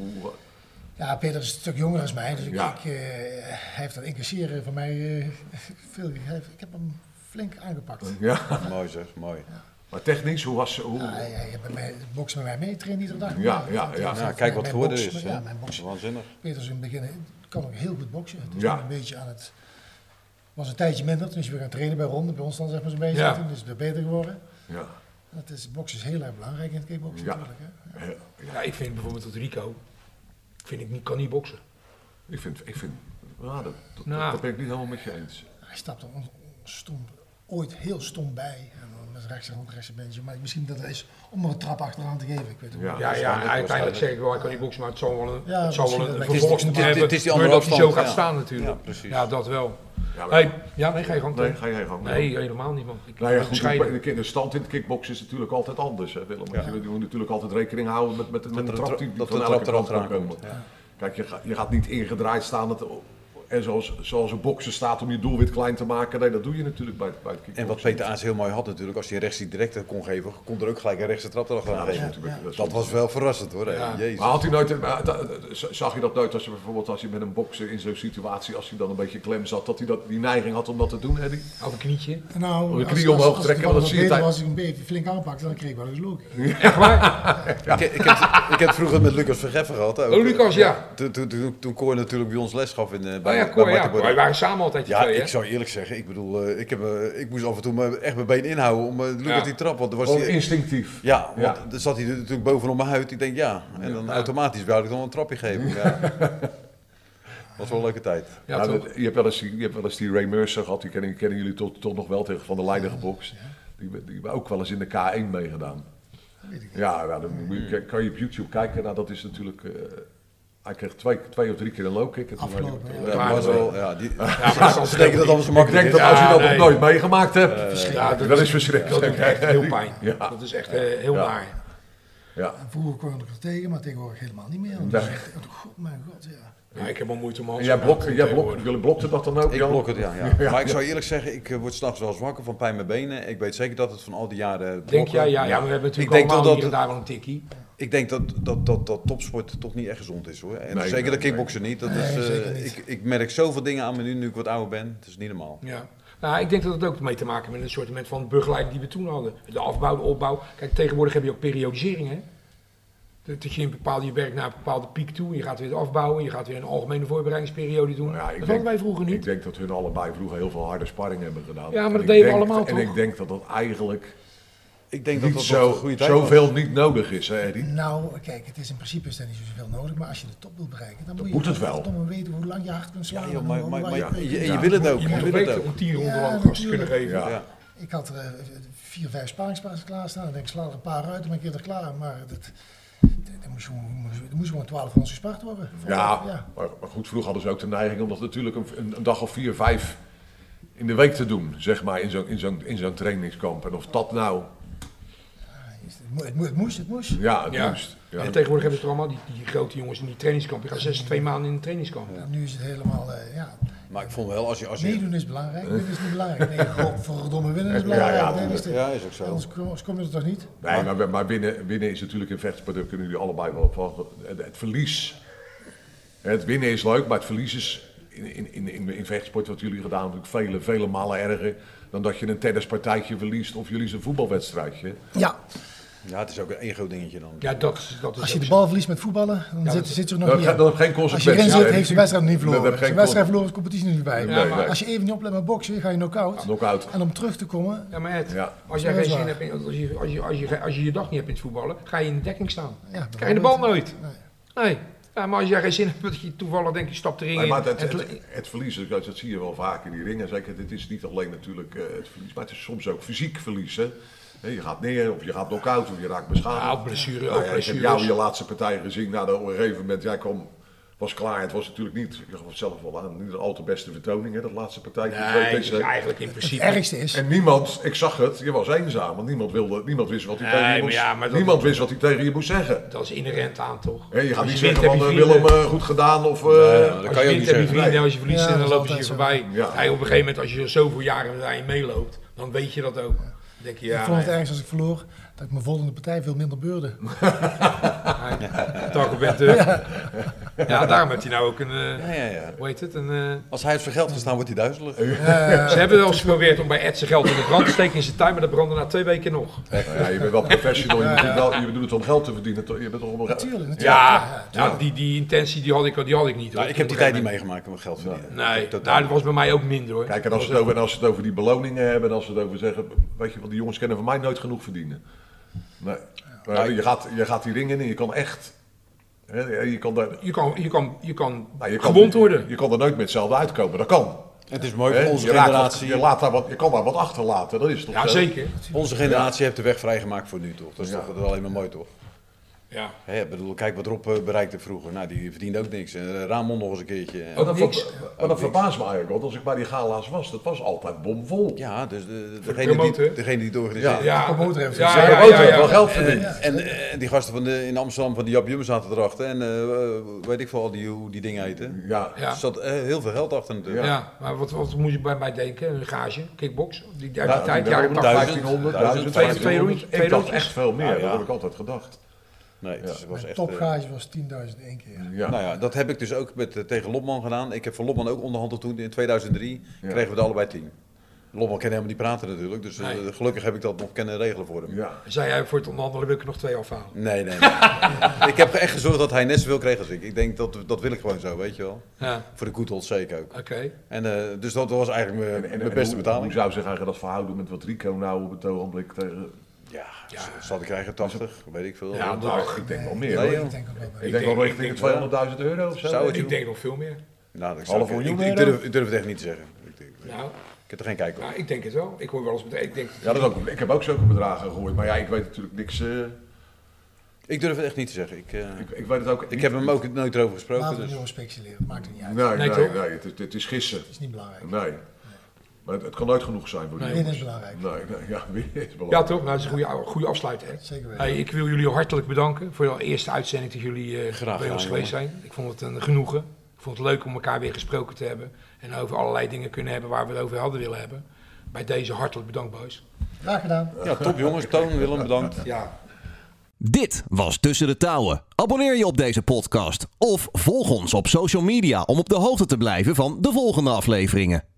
Ja, Peter is een stuk jonger dan mij, dus hij heeft dat incasseren van mij veel gegeven. Ik heb hem flink aangepakt. Ja. Mooi zeg, mooi. Ja. Maar technisch, hoe was het? Hij bokst met mij mee, traint iedere dag. Ja, kijk wat geworden is. Ja, mijn boksen. Waanzinnig. Peter is in het begin, kan ook heel goed boksen. Het is een beetje aan het... was een tijdje minder, toen is we gaan trainen bij Ronde, bij ons dan zeg maar zo'n beetje. Ja. Dus het is weer beter geworden. Ja. Boksen is heel erg belangrijk in het kickboksen natuurlijk. Hè? Ja, ik vind bijvoorbeeld dat Rico... kan niet boksen. Dat ben ik niet helemaal met je eens. Hij stapte ooit heel stom bij. En dan met rechts een beetje. Maar misschien dat het is om er een trap achteraan te geven. Ik weet het uiteindelijk zeg ik wel, hij kan niet boksen, maar het zal wel een vervolging hebben. Het is die andere afstand. Dat hij zo gaat staan natuurlijk. Ja, precies. Ja, dat wel. Ga je gang. Nee, helemaal niet man. De stand in het kickboksen is natuurlijk altijd anders, hè, Willem. Ja. Je moet natuurlijk altijd rekening houden met de trap die van elke kant kan komen. Kijk, je gaat niet ingedraaid staan en zoals een bokser staat om je doelwit klein te maken. Nee, dat doe je natuurlijk bij het kickboksen. En wat Peter Aarts heel mooi had natuurlijk, als hij rechts die directe kon geven, kon er ook gelijk een rechtse trap erachteraan geven. Dat was wel verrassend hoor. Ja. Jezus. Maar had hij nooit, zag je dat nooit als je met een bokser in zo'n situatie, als hij dan een beetje klem zat, dat hij die neiging had om dat te doen, Eddie? Op een knietje? Nou, een knie omhoog trekken. Als ik een beetje flink aanpakte, dan kreeg ik wel eens look. Echt waar? Ik heb vroeger met Lucas Vergeffen gehad. Oh, Lucas, ja. Toen Cor natuurlijk bij ons les gaf bij wij waren samen altijd twee, ik zou eerlijk zeggen, ik bedoel, ik moest af en toe echt mijn been inhouden om Lucas die trap, want was hij instinctief. Ja, want dan zat hij natuurlijk bovenop mijn huid. Ik denk en dan automatisch wilde ik dan een trapje geven. Ja. Was wel een leuke tijd. Ja, je hebt wel eens die Ray Mercer gehad, die kennen jullie toch nog wel tegen Van der Leijden gebokst. Die hebben ook wel eens in de K1 meegedaan. Ja, dan kan je op YouTube kijken. Nou, dat is natuurlijk... Hij kreeg 2 of 3 keer een low kick. Afgelopen, ze denken dat alles makkelijk is. Ik denk dat als je dat nog nooit meegemaakt hebt, dat is verschrikkelijk. Dat doet echt heel pijn. Dat is echt heel naar. Ja. Vroeger kwam ik er tegen, maar tegenwoordig helemaal niet meer. Mijn god, ja. Ja, ik heb al moeite om jullie blokten dat dan ook? Ik blok het, ja. Maar ik zou eerlijk zeggen, ik word s'nachts wel wakker van pijn met benen. Ik weet zeker dat het van al die jaren... Denk jij? Ja, we hebben natuurlijk allemaal hier en daar wel een tikkie. Ik denk dat topsport toch niet echt gezond is hoor. En zeker de kickboksen niet. Ik merk zoveel dingen aan me nu ik wat ouder ben. Het is niet normaal. Ja. Nou, ik denk dat het ook mee te maken met een soort van begeleiding die we toen hadden. De afbouw, de opbouw. Kijk, tegenwoordig heb je ook periodisering, hè. Dat je je werkt naar een bepaalde piek toe, je gaat weer afbouwen, je gaat weer een algemene voorbereidingsperiode doen. Ja, dat hadden wij vroeger niet. Ik denk dat hun allebei vroeger heel veel harde sparring hebben gedaan. Ja, maar dat deden we allemaal toch? En ik denk dat eigenlijk Ik denk dat niet dat een goede tijd zoveel niet nodig is, hè Eddie? Nou, kijk, het is in principe is er niet zoveel nodig, maar als je de top wil bereiken, dan moet het wel. Dan weten hoe lang je hard kunt slaan. Ja, maar je wil het ook. Je moet het weten om 10 ronden lang gas te kunnen geven. Ja. Ik had 4, 5 sparringspartners klaarstaan. Dan denk ik, sla er een paar uit, dan ben ik eerder klaar. Maar er moest gewoon 12 rondes gespart worden. Maar goed, vroeger hadden ze ook de neiging om dat natuurlijk een dag of 4, 5 in de week te doen, zeg maar, in zo'n trainingskamp. En of dat nou... Het moest. Ja, het moest. Ja. En tegenwoordig hebben ze er allemaal, die grote jongens in die trainingskamp. Die gaan 2 maanden in een trainingskamp. Ja, nu is het helemaal, Maar ik vond wel, als je... Meedoen is belangrijk, winnen is niet belangrijk. Nee, verdomme winnen is belangrijk. Is ook zo. Anders kom je er toch niet? Nee, maar winnen is natuurlijk in vechtsport, daar kunnen jullie allebei wel van. Het verlies. Het winnen is leuk, maar het verlies is in vechtsport, wat jullie gedaan hebben, natuurlijk vele malen erger dan dat je een tennispartijtje verliest of jullie een voetbalwedstrijdje. Ja. Ja, het is ook een ego-dingetje dan. Ja, dat is als je de bal verliest met voetballen, dan zit er nog niet in. Dat heeft geen consequentie. Als je erin zit, heeft de wedstrijd niet verloren. Als je de wedstrijd verloren, is de competitie niet bij. Nee. Als je even niet oplet met boksen, ga je knock-out. En om terug te komen... Ja, maar Ed, als jij geen zin hebt, als je je dag niet hebt in het voetballen, ga je in de dekking staan. Ja, krijg je de bal nooit. Nee. Ja, maar als jij geen zin hebt, dat je toevallig denk je stapt erin. Maar het verlies, dat zie je wel vaak in die ringen. Zeker, dit is niet alleen natuurlijk het verlies, maar het is soms ook fysiek verliezen. Je gaat neer, of je gaat knock-out, of je raakt beschadigd. Ja, blessure. Ik heb jou in je laatste partij gezien. Op een gegeven moment, jij was klaar. Het was natuurlijk niet, je gaf het zelf wel aan, niet de al te beste vertoning, hè, dat laatste partij. Nee, dat is eigenlijk in principe. Het ergste is. En niemand, ik zag het, je was eenzaam, want niemand wist wat hij tegen je moest. Niemand wist wat hij tegen je moest zeggen. Dat is inherent aan, toch? Je gaat niet zeggen van Willem, goed gedaan, of... dat kan je ook niet zeggen. Als je verliest, dan lopen ze je voorbij. Ja. Op een gegeven moment, als je zoveel jaren daarin meeloopt, dan weet je dat ook. Denk je, ik vond het ergens als ik verloor, dat ik mijn volgende partij veel minder beurde. Ja, daarom heeft hij nou ook een... Hoe heet het? Als hij het voor geld gaat staan, wordt hij duizelig. Ze hebben wel eens geprobeerd om bij Ed zijn geld in de brand te steken in zijn tuin, maar dat brandde na 2 weken nog. Ja, je bent wel professional, je doet het om geld te verdienen. Je bent toch om natuurlijk. Ja, die intentie die had ik niet. Nou, ik heb die tijd niet meegemaakt om geld te verdienen. Nee, dat was bij mij ook minder hoor. Kijk, en als ze het over die beloningen hebben, en als ze het over zeggen, weet je wat, die jongens kunnen van mij nooit genoeg verdienen. Nee. Je gaat die ringen in en je kan echt... Je kan gewond worden. Je kan er nooit met hetzelfde uitkomen, dat kan. Het is mooi voor onze generatie. Je kan daar wat achterlaten, dat is toch zo? Zeker. Onze generatie heeft de weg vrijgemaakt voor nu, toch? Dat is toch alleen maar mooi, toch? Ja. Kijk wat Rob bereikte vroeger. Nou, die verdiende ook niks. Ramon nog eens een keertje. Maar dat verbaast me eigenlijk, want als ik bij die gala's was, dat was altijd bomvol. Ja, dus degene die het organiseerde. Ja, de promotor heeft wel geld verdiend. En die gasten in Amsterdam van die Jap Jum zaten erachter. En weet ik veel hoe die dingen heten. Ja. Er zat heel veel geld achter natuurlijk. Ja, maar wat moet je bij mij denken? Een gage, kickbox? Die tijd, jaren 1500, 1200. Ik dacht echt veel meer, dat heb ik altijd gedacht. Nee, het was echt... Topgage was 10.000 één keer. Ja. Nou ja, dat heb ik dus ook tegen Lopman gedaan. Ik heb voor Lopman ook onderhandeld toen. In 2003 kregen we er allebei 10. Lopman kan helemaal niet praten natuurlijk. Dus gelukkig heb ik dat nog kunnen regelen voor hem. Ja. Zei jij voor het onderhandelen wil ik er nog 2 afhalen? Nee. Ik heb echt gezorgd dat hij net zoveel kreeg als ik. Ik denk dat wil ik gewoon zo, weet je wel. Ja. Voor de good old sake ook. Oké. En dus dat was eigenlijk mijn beste betaling. Hoe zou zich eigenlijk dat verhouden met wat Rico nou op het ogenblik tegen... Ja, zal ik krijgen 80, weet ik veel. Ja, ik denk wel meer. Nee, ik denk wel richting €200.000 of zo. Ik denk nog veel meer. Nou, $500.000 ik durf het echt niet te zeggen. Ik heb er geen kijk op. Ik denk het wel. Ik hoor wel eens ik heb ook zulke bedragen gehoord, maar ik weet natuurlijk niks... Ik durf het echt niet te zeggen. Ik weet het ook. Ik heb hem ook nooit erover gesproken. Laten we nu speculeren, het maakt er niet uit. Nee, het is gissen. Het is niet belangrijk. Nee. Maar het kan nooit genoeg zijn voor die jongens. Winnen is belangrijk. Winnen is belangrijk. Ja toch, dat is een goede afsluiter. Hè? Zeker weten. Ik wil jullie hartelijk bedanken voor de eerste uitzending dat jullie bij ons geweest zijn. Ik vond het een genoegen. Ik vond het leuk om elkaar weer gesproken te hebben. En over allerlei dingen kunnen hebben waar we het over hadden willen hebben. Bij deze hartelijk bedankt, boys. Graag gedaan. Ja, top jongens. Toon, Willem, bedankt. Ja. Dit was Tussen de Touwen. Abonneer je op deze podcast of volg ons op social media om op de hoogte te blijven van de volgende afleveringen.